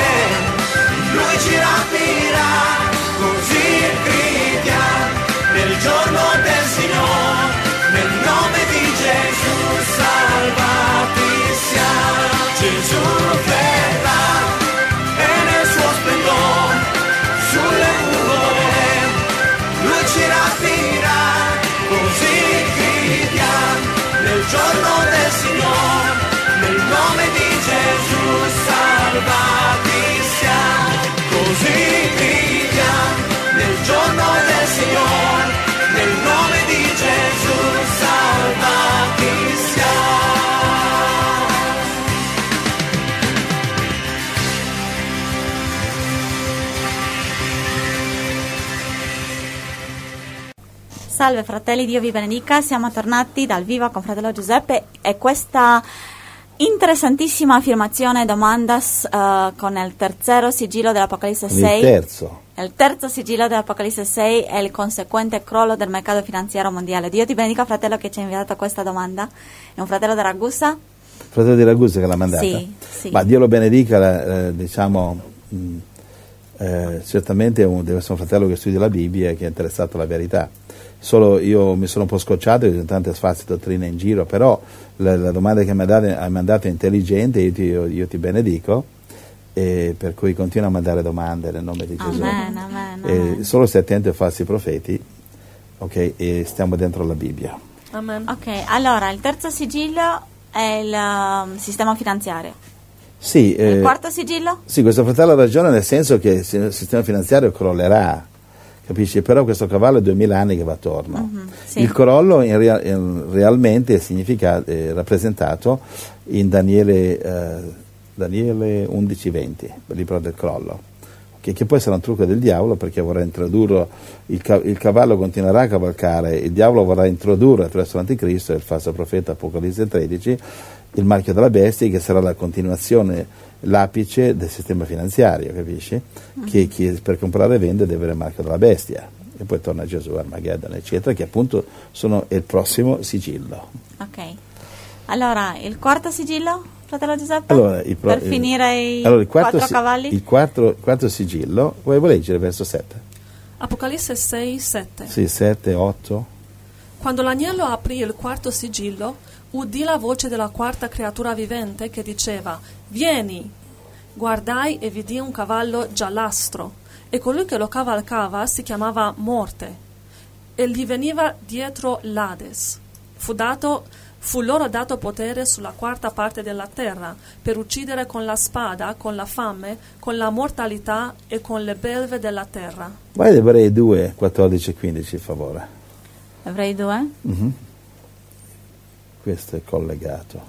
[SPEAKER 5] Lui ci rapirà, così gridiamo nel giorno del Signore, nel nome di Gesù salvati siamo. Gesù verrà e nel suo splendore sulle nuvole Lui ci rapirà, così gridiamo nel giorno del Signore, nel nome di Gesù salvati siamo. Così gridiamo nel giorno del Signore, nel nome di Gesù salvati siamo.
[SPEAKER 1] Salve fratelli, Dio vi benedica, siamo tornati dal vivo con fratello Giuseppe e questa interessantissima affermazione domanda uh, con il terzo sigillo dell'Apocalisse sei.
[SPEAKER 3] Il terzo.
[SPEAKER 1] Il terzo sigillo dell'Apocalisse sei è il conseguente crollo del mercato finanziario mondiale. Dio ti benedica fratello che ci ha inviato questa domanda. È un fratello da Ragusa?
[SPEAKER 3] Fratello di Ragusa che l'ha mandata?
[SPEAKER 1] Sì, sì.
[SPEAKER 3] Ma Dio lo benedica, eh, diciamo, mh, eh, certamente un, deve essere un fratello che studia la Bibbia e che è interessato alla verità. Solo io mi sono un po' scocciato, ci sono tante false dottrine in giro, però la, la domanda che mi hai mandato è intelligente, io ti, io, io ti benedico, e per cui continua a mandare domande nel nome di Gesù.
[SPEAKER 1] Amen, amen,
[SPEAKER 3] e
[SPEAKER 1] amen.
[SPEAKER 3] Solo stai attento ai falsi profeti, ok? E stiamo dentro la Bibbia.
[SPEAKER 2] Amen.
[SPEAKER 1] Ok, allora il terzo sigillo è il um, sistema finanziario.
[SPEAKER 3] Sì, eh,
[SPEAKER 1] il quarto sigillo?
[SPEAKER 3] sì, questo fratello ha ragione nel senso che il sistema finanziario crollerà. capisci? Però questo cavallo è duemila anni che va attorno.
[SPEAKER 1] Mm-hmm, sì.
[SPEAKER 3] Il crollo in rea- in realmente è, significato, è rappresentato in Daniele, eh, Daniele undici venti, il libro del crollo, che, che può essere un trucco del diavolo, perché vorrà introdurre, il, ca- il cavallo continuerà a cavalcare, il diavolo vorrà introdurre attraverso l'anticristo, il falso profeta, Apocalisse tredici, il marchio della bestia, che sarà la continuazione, l'apice del sistema finanziario, capisci? Mm. Che chi per comprare e vendere deve avere il marchio della bestia, e poi torna Gesù, Armageddon, eccetera, che appunto sono il prossimo sigillo.
[SPEAKER 1] Ok, allora il quarto sigillo, fratello Giuseppe,
[SPEAKER 3] allora, il pro-
[SPEAKER 1] per finire i
[SPEAKER 3] allora, il quarto
[SPEAKER 1] quattro
[SPEAKER 3] si-
[SPEAKER 1] cavalli.
[SPEAKER 3] Il quarto, quarto sigillo, vuoi leggere verso sette?
[SPEAKER 2] Apocalisse sei sette.
[SPEAKER 3] Sì, sette, otto.
[SPEAKER 2] Quando l'agnello aprì il quarto sigillo, udì la voce della quarta creatura vivente che diceva: vieni! Guardai e vidi un cavallo giallastro, e colui che lo cavalcava si chiamava Morte, e gli veniva dietro l'Ades. Fu, dato, fu loro dato potere sulla quarta parte della terra, per uccidere con la spada, con la fame, con la mortalità e con le belve della terra.
[SPEAKER 3] Vai ad Ebrei due, quattordici e quindici, per favore.
[SPEAKER 1] Ebrei due?
[SPEAKER 3] Mm-hmm. Questo è collegato.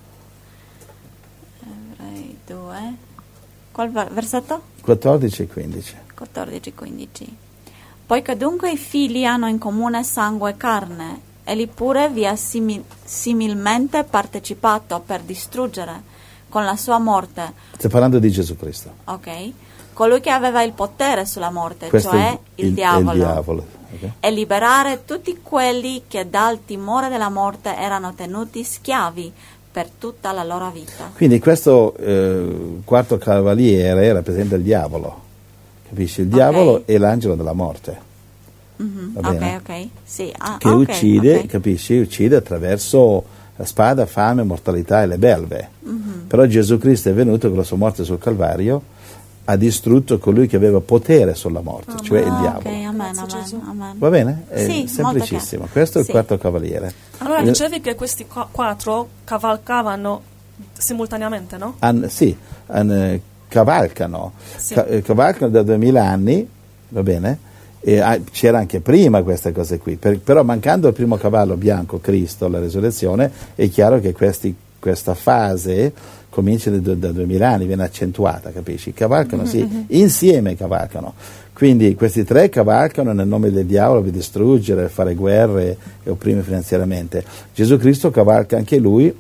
[SPEAKER 1] Ebrei due. Qual versetto?
[SPEAKER 3] quattordici e quindici.
[SPEAKER 1] quattordici quindici. Poiché dunque i figli hanno in comune sangue e carne, egli pure vi ha simil- similmente partecipato per distruggere con la sua morte.
[SPEAKER 3] Sto parlando di Gesù Cristo.
[SPEAKER 1] Ok. Colui che aveva il potere sulla morte,
[SPEAKER 3] Questo
[SPEAKER 1] cioè
[SPEAKER 3] è
[SPEAKER 1] il,
[SPEAKER 3] il
[SPEAKER 1] diavolo.
[SPEAKER 3] il diavolo. Okay.
[SPEAKER 1] E liberare tutti quelli che dal timore della morte erano tenuti schiavi per tutta la loro vita.
[SPEAKER 3] Quindi questo eh, quarto cavaliere rappresenta il diavolo, capisci? Il diavolo
[SPEAKER 1] Okay.
[SPEAKER 3] è l'angelo della morte,
[SPEAKER 1] Mm-hmm.
[SPEAKER 3] va bene?
[SPEAKER 1] Ok, ok. Sì. Ah,
[SPEAKER 3] Che
[SPEAKER 1] ok,
[SPEAKER 3] uccide,
[SPEAKER 1] ok.
[SPEAKER 3] capisci? Uccide attraverso la spada, fame, mortalità e le belve.
[SPEAKER 1] Mm-hmm.
[SPEAKER 3] Però Gesù Cristo è venuto con la sua morte sul Calvario, ha distrutto colui che aveva potere sulla morte,
[SPEAKER 2] Amen.
[SPEAKER 3] cioè il
[SPEAKER 1] Ah,
[SPEAKER 3] diavolo.
[SPEAKER 1] ok, amen,
[SPEAKER 2] Grazie,
[SPEAKER 1] amen,
[SPEAKER 2] Gesù.
[SPEAKER 1] amen.
[SPEAKER 3] Va bene? È
[SPEAKER 1] Sì,
[SPEAKER 3] semplicissimo.
[SPEAKER 1] molto
[SPEAKER 3] Questo è il
[SPEAKER 1] sì.
[SPEAKER 3] quarto cavaliere.
[SPEAKER 2] Allora
[SPEAKER 3] Eh,
[SPEAKER 2] dicevi che questi qua- quattro cavalcavano simultaneamente, no?
[SPEAKER 3] an- sì, an- eh, cavalcano,
[SPEAKER 2] Sì.
[SPEAKER 3] Ca- eh, cavalcano da duemila anni, va bene? E, ah, c'era anche prima queste cose qui, per- però mancando il primo cavallo bianco, Cristo, la resurrezione, è chiaro che questi, questa fase comincia da, da duemila anni, viene accentuata, capisci? Cavalcano,
[SPEAKER 2] Mm-hmm.
[SPEAKER 3] sì, insieme cavalcano. Quindi questi tre cavalcano nel nome del diavolo per distruggere, fare guerre e opprimere finanziariamente. Gesù Cristo cavalca anche lui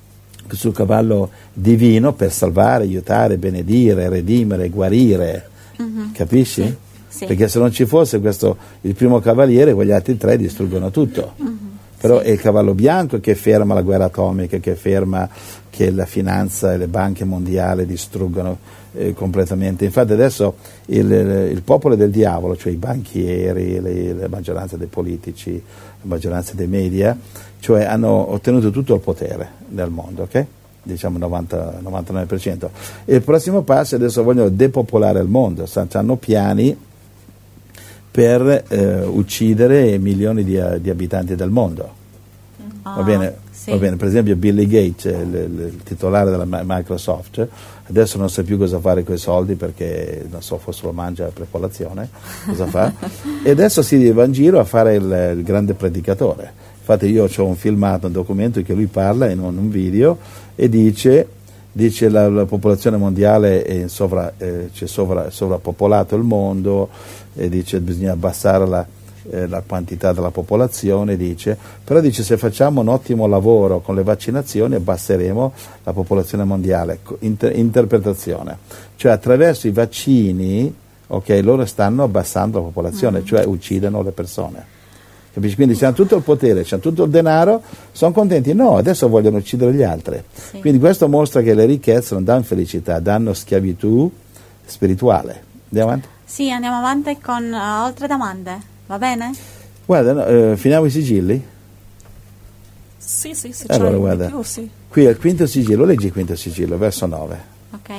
[SPEAKER 3] sul cavallo divino per salvare, aiutare, benedire, redimere, guarire,
[SPEAKER 1] Mhm.
[SPEAKER 3] capisci?
[SPEAKER 1] Sì, sì.
[SPEAKER 3] Perché se non ci fosse questo, il primo cavaliere, quegli altri tre distruggono tutto.
[SPEAKER 1] Mhm.
[SPEAKER 3] Però
[SPEAKER 1] Sì.
[SPEAKER 3] è il cavallo bianco che ferma la guerra atomica, che ferma che la finanza e le banche mondiali distruggono eh, completamente. Infatti adesso il, il popolo del diavolo, cioè i banchieri, le, le maggioranze dei politici, la maggioranza dei media, cioè hanno ottenuto tutto il potere nel mondo, ok? Diciamo novanta novantanove per cento. E il prossimo passo adesso vogliono depopolare il mondo, hanno piani per eh, uccidere milioni di, di abitanti del mondo.
[SPEAKER 1] Ah,
[SPEAKER 3] Va bene?
[SPEAKER 1] sì.
[SPEAKER 3] Va bene, per esempio Billy Gates, il, il, il titolare della Microsoft, adesso non sa più cosa fare con i soldi perché non so, forse lo mangia per colazione, cosa fa? E adesso si va in giro a fare il, il grande predicatore. Infatti io ho un filmato, un documento in cui lui parla in un, un video e dice dice la, la popolazione mondiale è in sovra, eh, c'è sovra, sovrappopolato il mondo, e dice bisogna abbassare la, eh, la quantità della popolazione, dice, però dice se facciamo un ottimo lavoro con le vaccinazioni abbasseremo la popolazione mondiale. Inter- interpretazione, cioè attraverso i vaccini, ok, loro stanno abbassando la popolazione, mm. cioè uccidono le persone. Capisci? Quindi hanno tutto il potere, hanno tutto il denaro, sono contenti? No, adesso vogliono uccidere gli altri.
[SPEAKER 1] Sì.
[SPEAKER 3] Quindi questo mostra che le ricchezze non danno felicità, danno schiavitù spirituale. Andiamo avanti?
[SPEAKER 1] Sì, andiamo avanti con uh, altre domande, va bene?
[SPEAKER 3] Guarda, no, eh, finiamo i sigilli?
[SPEAKER 2] Sì, sì, se
[SPEAKER 3] Allora,
[SPEAKER 2] c'hai
[SPEAKER 3] guarda.
[SPEAKER 2] di più, sì.
[SPEAKER 3] Qui è il quinto sigillo, leggi il quinto sigillo, verso nove.
[SPEAKER 1] Ok.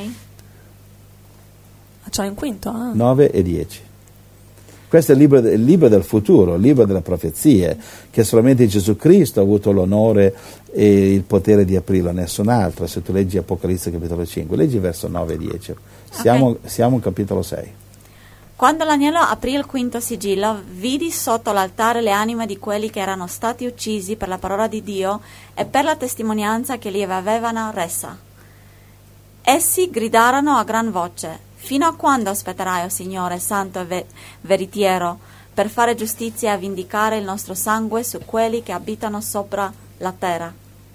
[SPEAKER 2] Ah, c'hai un quinto? Ah.
[SPEAKER 3] nove e dieci. Questo è il libro, il libro del futuro, il libro delle profezie, che solamente Gesù Cristo ha avuto l'onore e il potere di aprirlo, nessun altro. Se tu leggi Apocalisse capitolo cinque, leggi verso nove e dieci. Siamo,
[SPEAKER 1] Ok.
[SPEAKER 3] siamo in capitolo sei.
[SPEAKER 1] Quando l'agnello aprì il quinto sigillo, vidi sotto l'altare le anime di quelli che erano stati uccisi per la parola di Dio e per la testimonianza che li avevano resa. Essi gridarono a gran voce: «Fino a quando aspetterai, o Signore, santo e ve- veritiero, per fare giustizia e vendicare il nostro sangue su quelli che abitano sopra la terra?»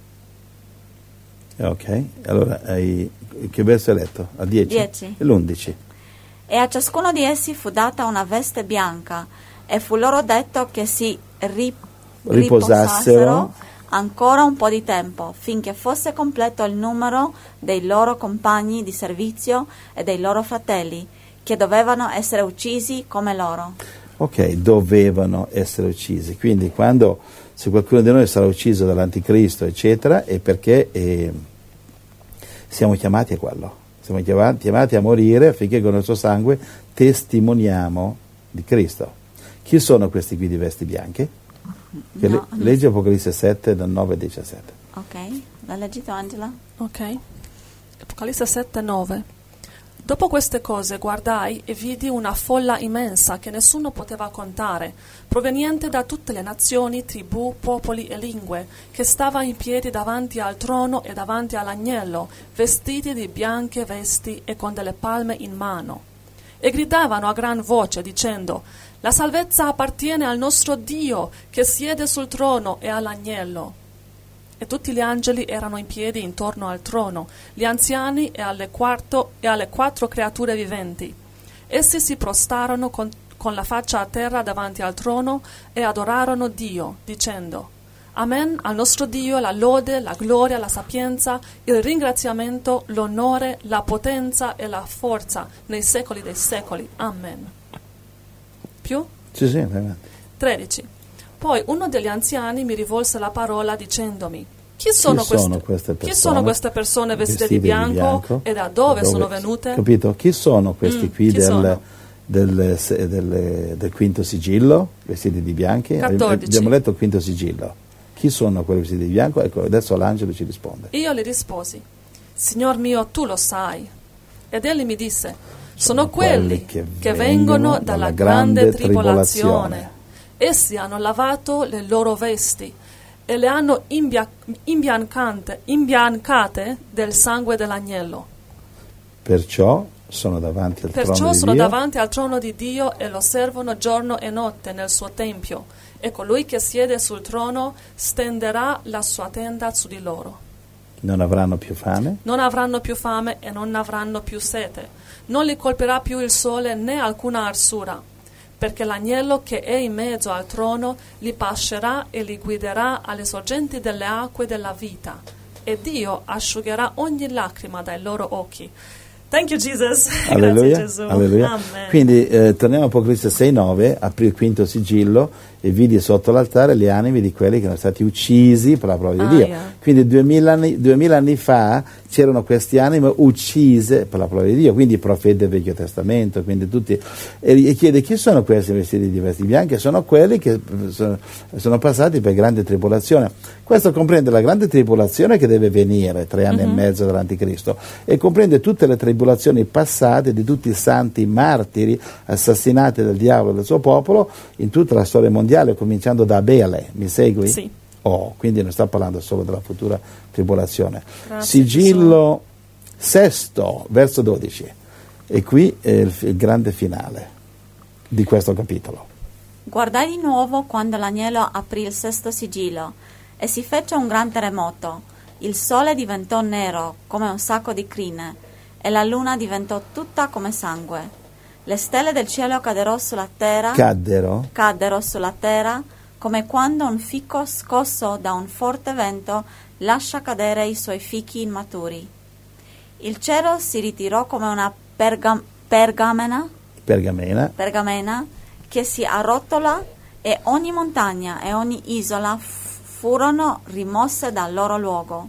[SPEAKER 3] Ok, allora hai, che verso hai letto? A dieci?
[SPEAKER 1] Dieci.
[SPEAKER 3] E l'undici.
[SPEAKER 1] E a ciascuno di essi fu data una veste bianca, e fu loro detto che si ri- riposassero ancora un po' di tempo, finché fosse completo il numero dei loro compagni di servizio e dei loro fratelli, che dovevano essere uccisi come loro.
[SPEAKER 3] Ok, dovevano essere uccisi. Quindi quando, se qualcuno di noi sarà ucciso dall'anticristo, eccetera, è perché eh, siamo chiamati a quello. Siamo chiamati, chiamati a morire affinché con il suo sangue testimoniamo di Cristo. Chi sono questi qui di vesti bianche? Che
[SPEAKER 1] No,
[SPEAKER 3] le, legge Apocalisse sette, dal nove al diciassette.
[SPEAKER 1] Ok, l'ha leggito Angela?
[SPEAKER 2] Ok. Apocalisse sette, nove. Dopo queste cose guardai e vidi una folla immensa che nessuno poteva contare, proveniente da tutte le nazioni, tribù, popoli e lingue, che stava in piedi davanti al trono e davanti all'agnello, vestiti di bianche vesti e con delle palme in mano. E gridavano a gran voce, dicendo: «La salvezza appartiene al nostro Dio, che siede sul trono, e all'agnello». E tutti gli angeli erano in piedi intorno al trono, gli anziani e alle, quarto, e alle quattro creature viventi. Essi si prostrarono con, con la faccia a terra davanti al trono e adorarono Dio, dicendo: «Amen, al nostro Dio la lode, la gloria, la sapienza, il ringraziamento, l'onore, la potenza e la forza nei secoli dei secoli. Amen». Più?
[SPEAKER 3] Sì, sì, vai avanti.
[SPEAKER 2] tredici. Poi uno degli anziani mi rivolse la parola dicendomi: Chi sono,
[SPEAKER 3] Chi
[SPEAKER 2] queste,
[SPEAKER 3] sono queste persone?
[SPEAKER 2] Chi sono queste persone vestite,
[SPEAKER 3] Vestite
[SPEAKER 2] di, bianco,
[SPEAKER 3] di bianco?
[SPEAKER 2] e da dove,
[SPEAKER 3] Dove?
[SPEAKER 2] sono venute?
[SPEAKER 3] Capito? Chi sono questi
[SPEAKER 2] Mm,
[SPEAKER 3] qui
[SPEAKER 2] chi
[SPEAKER 3] del,
[SPEAKER 2] sono?
[SPEAKER 3] del, se- del- del quinto sigillo, vestiti di bianchi?
[SPEAKER 2] quattordici.
[SPEAKER 3] Abbiamo letto il quinto sigillo. Chi sono quelli vestiti di bianco? Ecco, adesso l'angelo ci risponde.
[SPEAKER 2] Io le risposi: Signor mio, tu lo sai. Ed egli mi disse: Sono,
[SPEAKER 3] Sono
[SPEAKER 2] quelli che, che vengono dalla grande tribolazione. Essi hanno lavato le loro vesti e le hanno imbia- imbiancate, imbiancate del sangue dell'agnello.
[SPEAKER 3] Perciò sono davanti al
[SPEAKER 2] Perciò
[SPEAKER 3] trono di
[SPEAKER 2] sono
[SPEAKER 3] Dio.
[SPEAKER 2] davanti al trono di Dio e lo servono giorno e notte nel suo tempio. E colui che siede sul trono stenderà la sua tenda su di loro.
[SPEAKER 3] Non avranno più fame,
[SPEAKER 2] Non avranno più fame e non avranno più sete. Non li colpirà più il sole né alcuna arsura, perché l'agnello che è in mezzo al trono li pascerà e li guiderà alle sorgenti delle acque della vita, e Dio asciugherà ogni lacrima dai loro occhi. Thank you, Jesus. Grazie,
[SPEAKER 3] alleluia,
[SPEAKER 2] Gesù.
[SPEAKER 3] alleluia.
[SPEAKER 2] Amen.
[SPEAKER 3] Quindi eh, torniamo a Apocalisse sei nove, aprì il quinto sigillo e vidi sotto l'altare le anime di quelli che erano stati uccisi per la parola di
[SPEAKER 2] Ah,
[SPEAKER 3] Dio.
[SPEAKER 2] yeah.
[SPEAKER 3] Quindi duemila anni, duemila anni fa c'erano queste anime uccise per la parola di Dio, quindi i profeti del Vecchio Testamento, quindi tutti, e, e chiede: chi sono questi vestiti di vesti bianchi? Sono quelli che sono, sono passati per grande tribolazione. Questo comprende la grande tribolazione che deve venire tre anni mm-hmm. e mezzo dall'anticristo, e comprende tutte le tribolazioni passate di tutti i santi martiri assassinati dal diavolo e dal suo popolo in tutta la storia mondiale, cominciando da Abele. Mi segui?
[SPEAKER 2] Sì.
[SPEAKER 3] Oh, quindi non sta parlando solo della futura tribolazione.
[SPEAKER 2] Grazie,
[SPEAKER 3] Sigillo sesto, verso dodici. E qui è il, il grande finale di questo capitolo.
[SPEAKER 1] Guardai di nuovo quando l'agnello aprì il sesto sigillo, e si fece un gran terremoto. Il sole diventò nero come un sacco di crine, e la luna diventò tutta come sangue. Le stelle del cielo caddero sulla terra,
[SPEAKER 3] Caddero.
[SPEAKER 1] caddero sulla terra come quando un fico scosso da un forte vento lascia cadere i suoi fichi immaturi. Il cielo si ritirò come una perga- pergamena,
[SPEAKER 3] Pergamena.
[SPEAKER 1] pergamena che si arrotola, e ogni montagna e ogni isola f- furono rimosse dal loro luogo.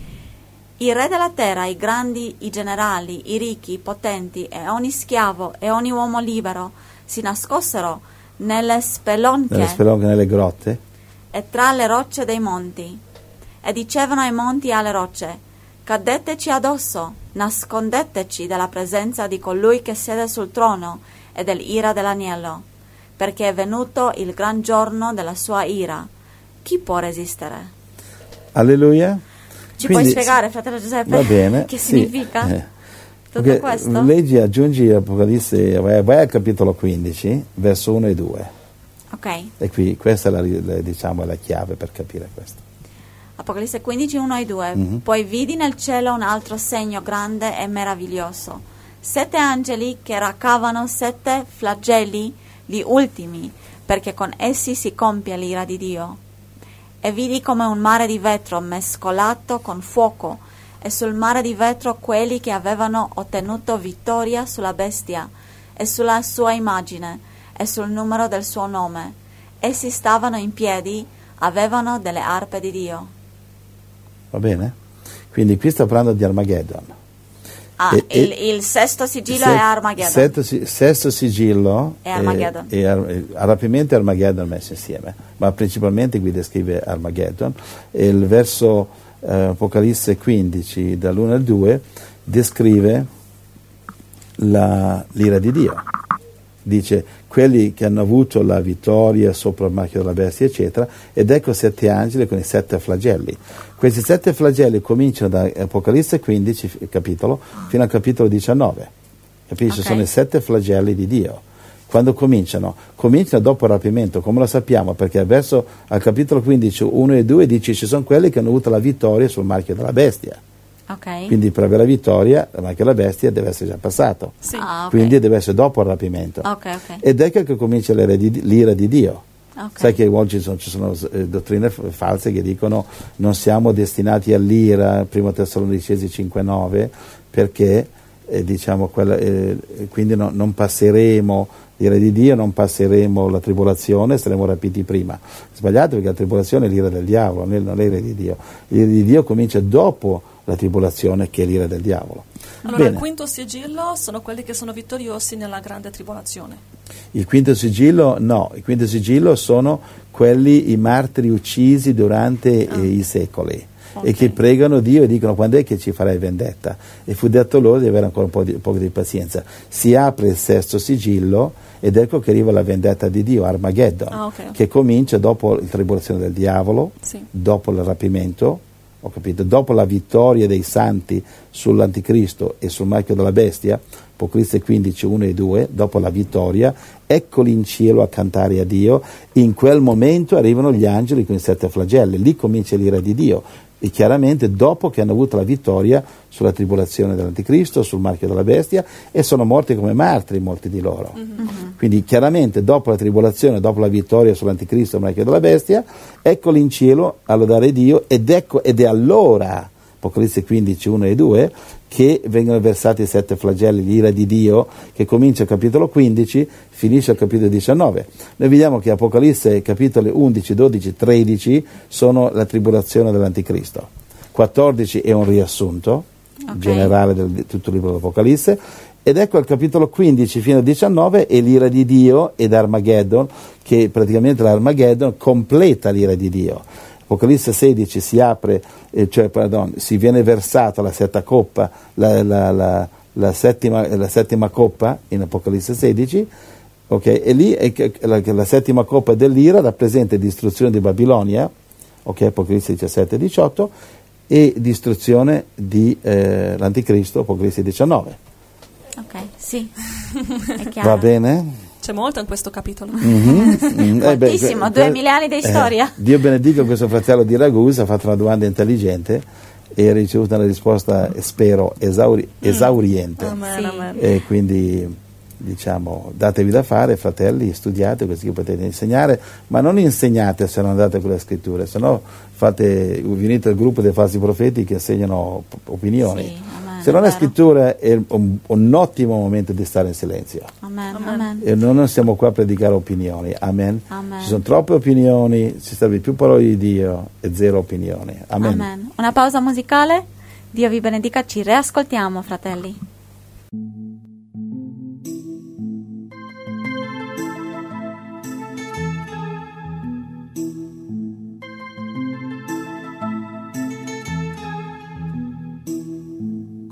[SPEAKER 1] I re della terra, i grandi, i generali, i ricchi, i potenti, e ogni schiavo e ogni uomo libero si nascosero nelle spelonche,
[SPEAKER 3] Nelle spelonche, nelle grotte.
[SPEAKER 1] e tra le rocce dei monti, e dicevano ai monti e alle rocce: cadeteci addosso, nascondeteci dalla presenza di colui che siede sul trono e dell'ira dell'agnello, perché è venuto il gran giorno della sua ira. Chi può resistere?
[SPEAKER 3] Alleluia.
[SPEAKER 1] Ci
[SPEAKER 3] Quindi,
[SPEAKER 1] puoi spiegare, fratello Giuseppe,
[SPEAKER 3] va bene,
[SPEAKER 1] che
[SPEAKER 3] sì.
[SPEAKER 1] significa
[SPEAKER 3] Eh.
[SPEAKER 1] tutto
[SPEAKER 3] Perché
[SPEAKER 1] questo?
[SPEAKER 3] leggi, aggiungi Apocalisse, vai, vai al capitolo quindici, verso uno e due.
[SPEAKER 1] Ok.
[SPEAKER 3] E qui questa è la, la, diciamo, la chiave per capire questo.
[SPEAKER 1] Apocalisse quindici, uno e due.
[SPEAKER 3] Mm-hmm.
[SPEAKER 1] Poi vidi nel cielo un altro segno grande e meraviglioso. Sette angeli che raccavano sette flagelli, gli ultimi, perché con essi si compie l'ira di Dio. E vidi come un mare di vetro mescolato con fuoco, e sul mare di vetro quelli che avevano ottenuto vittoria sulla bestia e sulla sua immagine e sul numero del suo nome. Essi stavano in piedi, avevano delle arpe di Dio.
[SPEAKER 3] Va bene? Quindi qui sta parlando di Armageddon.
[SPEAKER 1] Ah,
[SPEAKER 3] E-
[SPEAKER 1] il,
[SPEAKER 3] e-
[SPEAKER 1] il sesto sigillo
[SPEAKER 3] Se-
[SPEAKER 1] è Armageddon.
[SPEAKER 3] Sesto, si- sesto sigillo
[SPEAKER 1] È Armageddon.
[SPEAKER 3] E, e Ar- e rapimento e Armageddon messi insieme, ma principalmente qui descrive Armageddon. E il verso eh, Apocalisse quindici, dall'uno al due, descrive la, l'ira di Dio. Dice quelli che hanno avuto la vittoria sopra il marchio della bestia, eccetera, ed ecco sette angeli con i sette flagelli. Questi sette flagelli cominciano da Apocalisse quindici, capitolo, fino al capitolo diciannove. Capisci?
[SPEAKER 1] Ok.
[SPEAKER 3] Sono i sette flagelli di Dio. Quando cominciano? Cominciano dopo il rapimento, come lo sappiamo? Perché verso al capitolo quindici, uno e due dice ci sono quelli che hanno avuto la vittoria sul marchio della bestia.
[SPEAKER 1] Ok.
[SPEAKER 3] Quindi per avere la vittoria, il marchio della bestia deve essere già passato.
[SPEAKER 2] Sì.
[SPEAKER 1] Ah, ok.
[SPEAKER 3] Quindi deve essere dopo il rapimento.
[SPEAKER 1] Ok, ok.
[SPEAKER 3] Ed ecco che comincia l'ira di, l'ira di Dio.
[SPEAKER 1] Ok.
[SPEAKER 3] Sai che oggi ci sono, ci sono eh, dottrine f- false che dicono non siamo destinati all'ira, primo Tessalonicesi cinque nove, perché eh, diciamo quella, eh, quindi no, non passeremo l'ira di Dio, non passeremo la tribolazione, saremo rapiti prima. Sbagliato, perché la tribolazione è l'ira del diavolo, non è non è l'ira di Dio. L'ira di Dio comincia dopo la tribolazione, che è l'ira del diavolo.
[SPEAKER 2] Allora,
[SPEAKER 3] Bene.
[SPEAKER 2] il quinto sigillo sono quelli che sono vittoriosi nella grande tribolazione.
[SPEAKER 3] Il quinto sigillo no, il quinto sigillo sono quelli, i martiri uccisi durante
[SPEAKER 2] Ah.
[SPEAKER 3] eh, i secoli
[SPEAKER 2] Ok.
[SPEAKER 3] e che pregano Dio e dicono quando è che ci farai vendetta, e fu detto loro di avere ancora un po' di, un po' di pazienza. Si apre il sesto sigillo ed ecco che arriva la vendetta di Dio, Armageddon,
[SPEAKER 2] Ah, ok.
[SPEAKER 3] che comincia dopo la tribolazione del diavolo,
[SPEAKER 2] Sì.
[SPEAKER 3] dopo il rapimento, ho capito, dopo la vittoria dei santi sull'anticristo e sul marchio della bestia, Apocalisse quindici, uno e due, dopo la vittoria, eccoli in cielo a cantare a Dio. In quel momento arrivano gli angeli con i sette flagelli, lì comincia l'ira di Dio, e chiaramente dopo che hanno avuto la vittoria sulla tribolazione dell'anticristo, sul marchio della bestia, e sono morti come martiri molti di loro.
[SPEAKER 1] Mm-hmm.
[SPEAKER 3] Quindi chiaramente dopo la tribolazione, dopo la vittoria sull'anticristo, sul marchio della bestia, eccoli in cielo a lodare Dio, ed, ecco, ed è allora, Apocalisse quindici, uno e due, che vengono versati i sette flagelli, l'ira di Dio, che comincia al capitolo quindici, finisce al capitolo diciannove. Noi vediamo che Apocalisse capitoli undici, dodici, tredici sono la tribolazione dell'anticristo, quattordici è un riassunto
[SPEAKER 1] Ok.
[SPEAKER 3] generale del, di tutto il libro dell'Apocalisse, ed ecco al capitolo quindici fino al diciannove è l'ira di Dio ed Armageddon, che praticamente l'Armageddon completa l'ira di Dio. Apocalisse sedici si apre, eh, cioè pardon, si viene versata la setta coppa, la, la, la, la, settima, la settima coppa in Apocalisse sedici, okay? E lì è che la, la settima coppa dell'ira rappresenta distruzione di Babilonia, okay? Apocalisse diciassette e diciotto, e distruzione di eh, l'anticristo, Apocalisse diciannove.
[SPEAKER 1] Ok, sì. È chiaro.
[SPEAKER 3] Va bene?
[SPEAKER 2] C'è molto in questo capitolo.
[SPEAKER 3] Mhm. Mm, eh beh,
[SPEAKER 1] Moltissimo,
[SPEAKER 3] que-
[SPEAKER 1] due
[SPEAKER 3] que-
[SPEAKER 1] miliardi di storia.
[SPEAKER 3] Dio benedica questo fratello di Ragusa, ha fatto una domanda intelligente e ha ricevuto una risposta, spero, esauri- esauriente.
[SPEAKER 2] Amen,
[SPEAKER 1] Sì.
[SPEAKER 2] amen.
[SPEAKER 3] E quindi, diciamo, datevi da fare, fratelli, studiate così che potete insegnare, ma non insegnate se non andate con le scritture, se no fate, venite al gruppo dei falsi profeti che insegnano p- opinioni.
[SPEAKER 1] Sì, amen,
[SPEAKER 3] se non
[SPEAKER 1] è
[SPEAKER 3] è
[SPEAKER 1] vero.
[SPEAKER 3] scrittura è un, un ottimo momento di stare in silenzio.
[SPEAKER 1] Amen,
[SPEAKER 2] Amen.
[SPEAKER 1] amen.
[SPEAKER 3] E noi non siamo qua a predicare opinioni, amen.
[SPEAKER 1] Amen.
[SPEAKER 3] Ci sono troppe opinioni, ci serve più parole di Dio e zero opinioni, amen.
[SPEAKER 1] Amen. Una pausa musicale? Dio vi benedica, ci riascoltiamo, fratelli.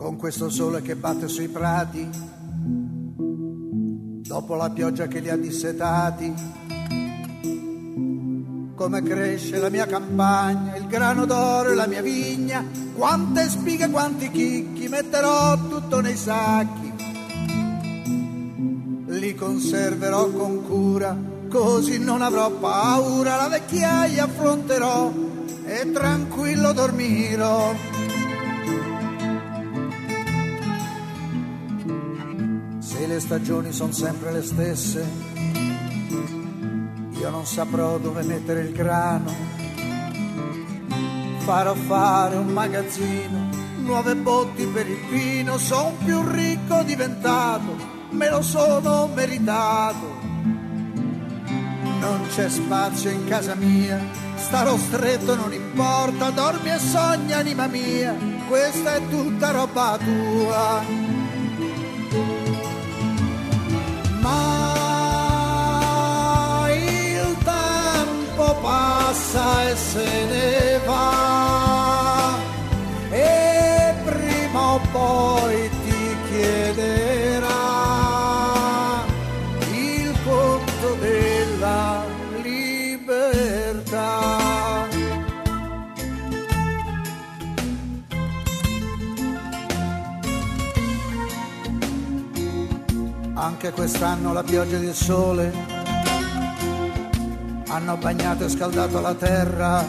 [SPEAKER 6] con questo sole che batte sui prati, dopo la pioggia che li ha dissetati, come cresce la mia campagna, il grano d'oro e la mia vigna, quante spighe, quanti chicchi, metterò tutto nei sacchi, li conserverò con cura, così non avrò paura, la vecchiaia affronterò e tranquillo dormirò. Se le stagioni sono sempre le stesse, io non saprò dove mettere il grano, farò fare un magazzino, nuove botti per il vino, son più ricco diventato, me lo sono meritato. Non c'è spazio in casa mia, starò stretto non importa, dormi e sogna anima mia, questa è tutta roba tua. Ma il tempo passa e se ne va, e prima o poi ti chiederà il conto della libertà. Anche quest'anno la pioggia ed il sole hanno bagnato e scaldato la terra.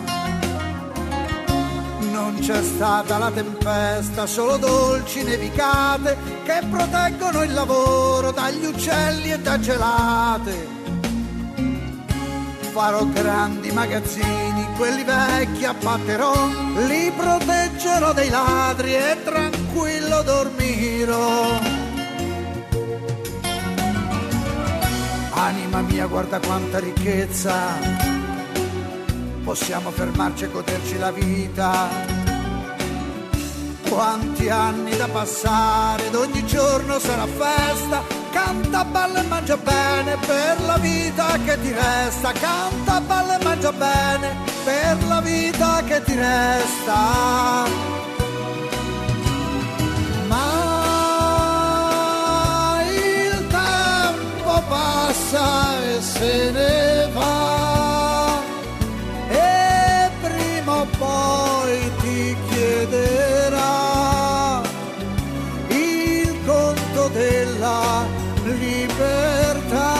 [SPEAKER 6] Non c'è stata la tempesta, solo dolci nevicate che proteggono il lavoro dagli uccelli e da gelate. Farò grandi magazzini, quelli vecchi abbatterò, li proteggerò dai ladri e tranquillo dormirò. Anima mia, guarda quanta ricchezza, possiamo fermarci e goderci la vita. Quanti anni da passare ed ogni giorno sarà festa. Canta, balla e mangia bene per la vita che ti resta. Canta, balla e mangia bene per la vita che ti resta. Ma passa e se ne va, e prima o poi ti chiederà il conto della libertà.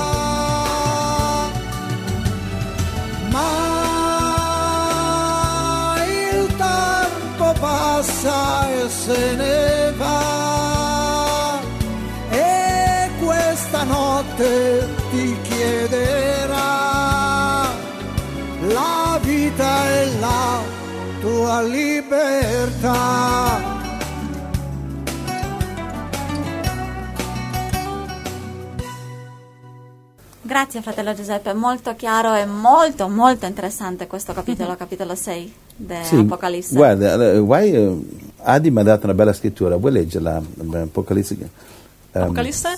[SPEAKER 6] Ma il tempo passa e se ne va, e questa notte ti chiederà la vita e la tua libertà.
[SPEAKER 1] Grazie fratello Giuseppe, molto chiaro e molto molto interessante questo capitolo, capitolo sei di
[SPEAKER 3] sì,
[SPEAKER 1] Apocalisse.
[SPEAKER 3] Guarda, vuoi, uh, Adi mi ha dato una bella scrittura, vuoi leggerla? Apocalisse? Um,
[SPEAKER 2] Apocalisse?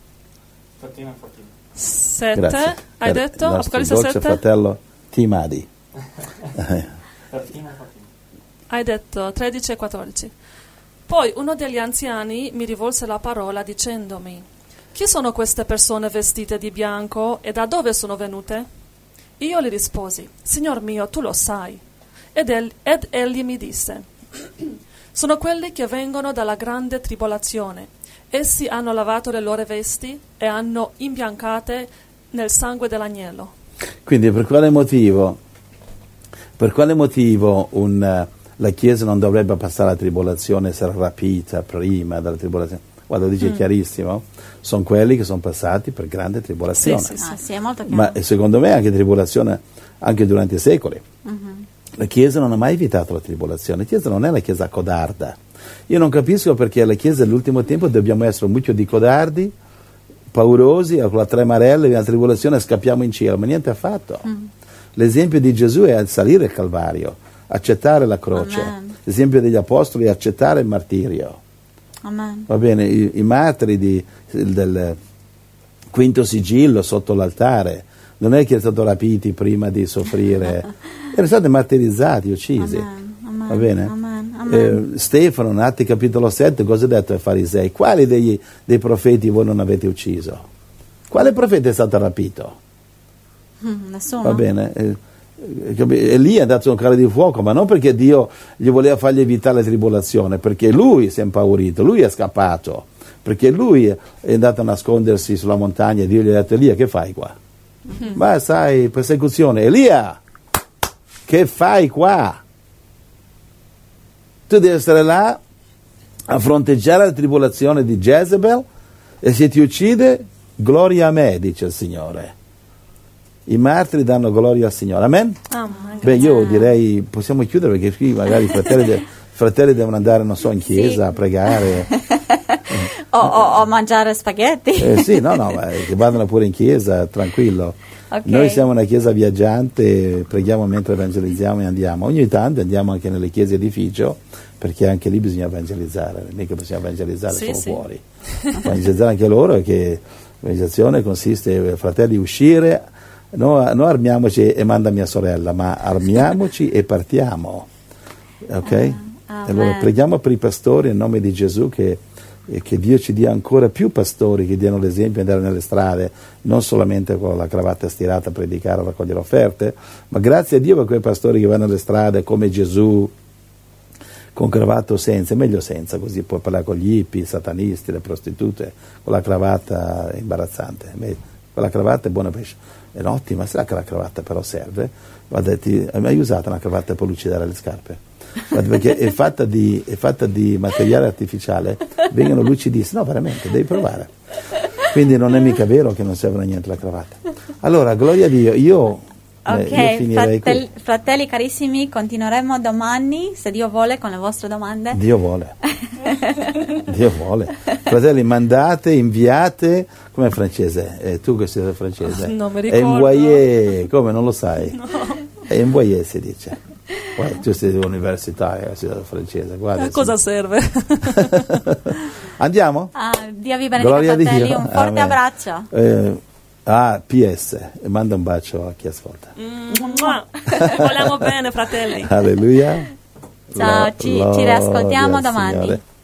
[SPEAKER 2] sette,
[SPEAKER 3] Grazie.
[SPEAKER 2] hai
[SPEAKER 3] Per
[SPEAKER 2] detto?
[SPEAKER 3] il nostro
[SPEAKER 2] Apocalisse
[SPEAKER 3] dolce
[SPEAKER 2] sette?
[SPEAKER 3] fratello Team Adi.
[SPEAKER 2] Hai detto tredici e quattordici. Poi uno degli anziani mi rivolse la parola dicendomi: chi sono queste persone vestite di bianco e da dove sono venute? Io gli risposi: Signor mio, tu lo sai. Ed, el- ed egli mi disse: sono quelli che vengono dalla grande tribolazione. Essi hanno lavato le loro vesti e hanno imbiancate nel sangue dell'agnello.
[SPEAKER 3] Quindi per quale motivo, per quale motivo un, la Chiesa non dovrebbe passare la tribolazione, essere rapita prima della tribolazione? Guarda, lo dice mm. chiarissimo, sono quelli che sono passati per grande tribolazione.
[SPEAKER 2] Sì, sì, sì.
[SPEAKER 1] Ah, sì, è molto chiaro.
[SPEAKER 3] Ma secondo me anche tribolazione anche durante i secoli. Mm-hmm. La Chiesa non ha mai evitato la tribolazione. La Chiesa non è la Chiesa codarda. Io non capisco perché la Chiesa dell'ultimo tempo dobbiamo essere un mucchio di codardi, paurosi, con la tremarella, viene la tribolazione e scappiamo in cielo, ma niente affatto. Mm. L'esempio di Gesù è salire il Calvario, accettare la croce. Amen. L'esempio degli Apostoli è accettare il martirio.
[SPEAKER 1] Amen. Va
[SPEAKER 3] bene, i, i martiri di, del quinto sigillo sotto l'altare non è che erano stati rapiti prima di soffrire, erano stati martirizzati, uccisi.
[SPEAKER 1] Amen. Amen.
[SPEAKER 3] Va bene?
[SPEAKER 1] Amen.
[SPEAKER 3] Eh, Stefano, in Atti capitolo sette, cosa ha detto ai farisei? Quali degli, dei profeti voi non avete ucciso? Quale profeta è stato rapito?
[SPEAKER 1] Mm, nessuno.
[SPEAKER 3] Va bene. Eh, Elia ha dato un carro di fuoco, ma non perché Dio gli voleva fargli evitare la tribolazione, perché lui si è impaurito, lui è scappato, perché lui è andato a nascondersi sulla montagna e Dio gli ha detto: Elia, che fai qua? Mm-hmm. Ma sai, persecuzione. Elia, che fai qua? Tu devi essere là a fronteggiare la tribolazione di Jezebel, e se ti uccide, gloria a me, dice il Signore. I martiri danno gloria al Signore. Amen?
[SPEAKER 2] Oh,
[SPEAKER 3] Beh, io direi possiamo chiudere, perché qui magari i fratelli, de- fratelli devono andare, non so, in chiesa
[SPEAKER 1] Sì.
[SPEAKER 3] a pregare.
[SPEAKER 1] o, o, o mangiare spaghetti.
[SPEAKER 3] Eh, sì, no, no, ma che vadano pure in chiesa, tranquillo.
[SPEAKER 1] Ok.
[SPEAKER 3] Noi siamo una chiesa viaggiante, preghiamo mentre evangelizziamo e andiamo. Ogni tanto andiamo anche nelle chiese edificio, perché anche lì bisogna evangelizzare, mica possiamo evangelizzare
[SPEAKER 2] Sì,
[SPEAKER 3] solo
[SPEAKER 2] sì.
[SPEAKER 3] fuori. Evangelizzare anche loro, è che l'evangelizzazione consiste, fratelli, uscire, non no armiamoci e manda mia sorella, ma armiamoci e partiamo. Ok?
[SPEAKER 1] Ah,
[SPEAKER 3] Allora
[SPEAKER 1] amen.
[SPEAKER 3] preghiamo per i pastori, in nome di Gesù, che e che Dio ci dia ancora più pastori che diano l'esempio di andare nelle strade, non solamente con la cravatta stirata a predicare o raccogliere offerte, ma grazie a Dio per quei pastori che vanno nelle strade come Gesù, con cravatta o senza, è meglio senza, così puoi parlare con gli hippie, i satanisti, le prostitute, con la cravatta è imbarazzante. Con la cravatta è buona, per, è ottima, se la cravatta però serve, guarda, ti, hai mai usato una cravatta per lucidare le scarpe? Guarda, perché è fatta, di, è fatta di materiale artificiale, vengono lucidissime, no veramente, devi provare. Quindi non è mica vero che non serve a niente la cravatta. Allora, gloria a Dio, io, eh,
[SPEAKER 1] Ok,
[SPEAKER 3] io finirei
[SPEAKER 1] fratel-
[SPEAKER 3] qui.
[SPEAKER 1] fratelli carissimi, continueremo domani, se Dio vuole, con le vostre domande.
[SPEAKER 3] Dio vuole. Dio vuole. Fratelli, mandate, inviate, come è francese? Eh, tu che sei francese?
[SPEAKER 2] Non mi
[SPEAKER 3] È
[SPEAKER 2] ricordo.
[SPEAKER 3] envoyé, come non lo sai?
[SPEAKER 2] No.
[SPEAKER 3] È envoyé si dice. Guarda, tu sei all'università, eh, sei francese, guarda.
[SPEAKER 2] A cosa serve?
[SPEAKER 3] Andiamo?
[SPEAKER 1] Ah, Dio vi benedica,
[SPEAKER 3] Gloria a
[SPEAKER 1] fratelli,
[SPEAKER 3] Dio.
[SPEAKER 1] un forte
[SPEAKER 3] Amen.
[SPEAKER 1] abbraccio.
[SPEAKER 3] Eh, ah, P S, manda un bacio a chi ascolta.
[SPEAKER 2] Mua. Vogliamo bene, fratelli.
[SPEAKER 3] Alleluia.
[SPEAKER 1] Ciao,
[SPEAKER 3] Lo-
[SPEAKER 1] ci- ci
[SPEAKER 3] gloria
[SPEAKER 1] riascoltiamo
[SPEAKER 3] al
[SPEAKER 1] domani.
[SPEAKER 3] Signore.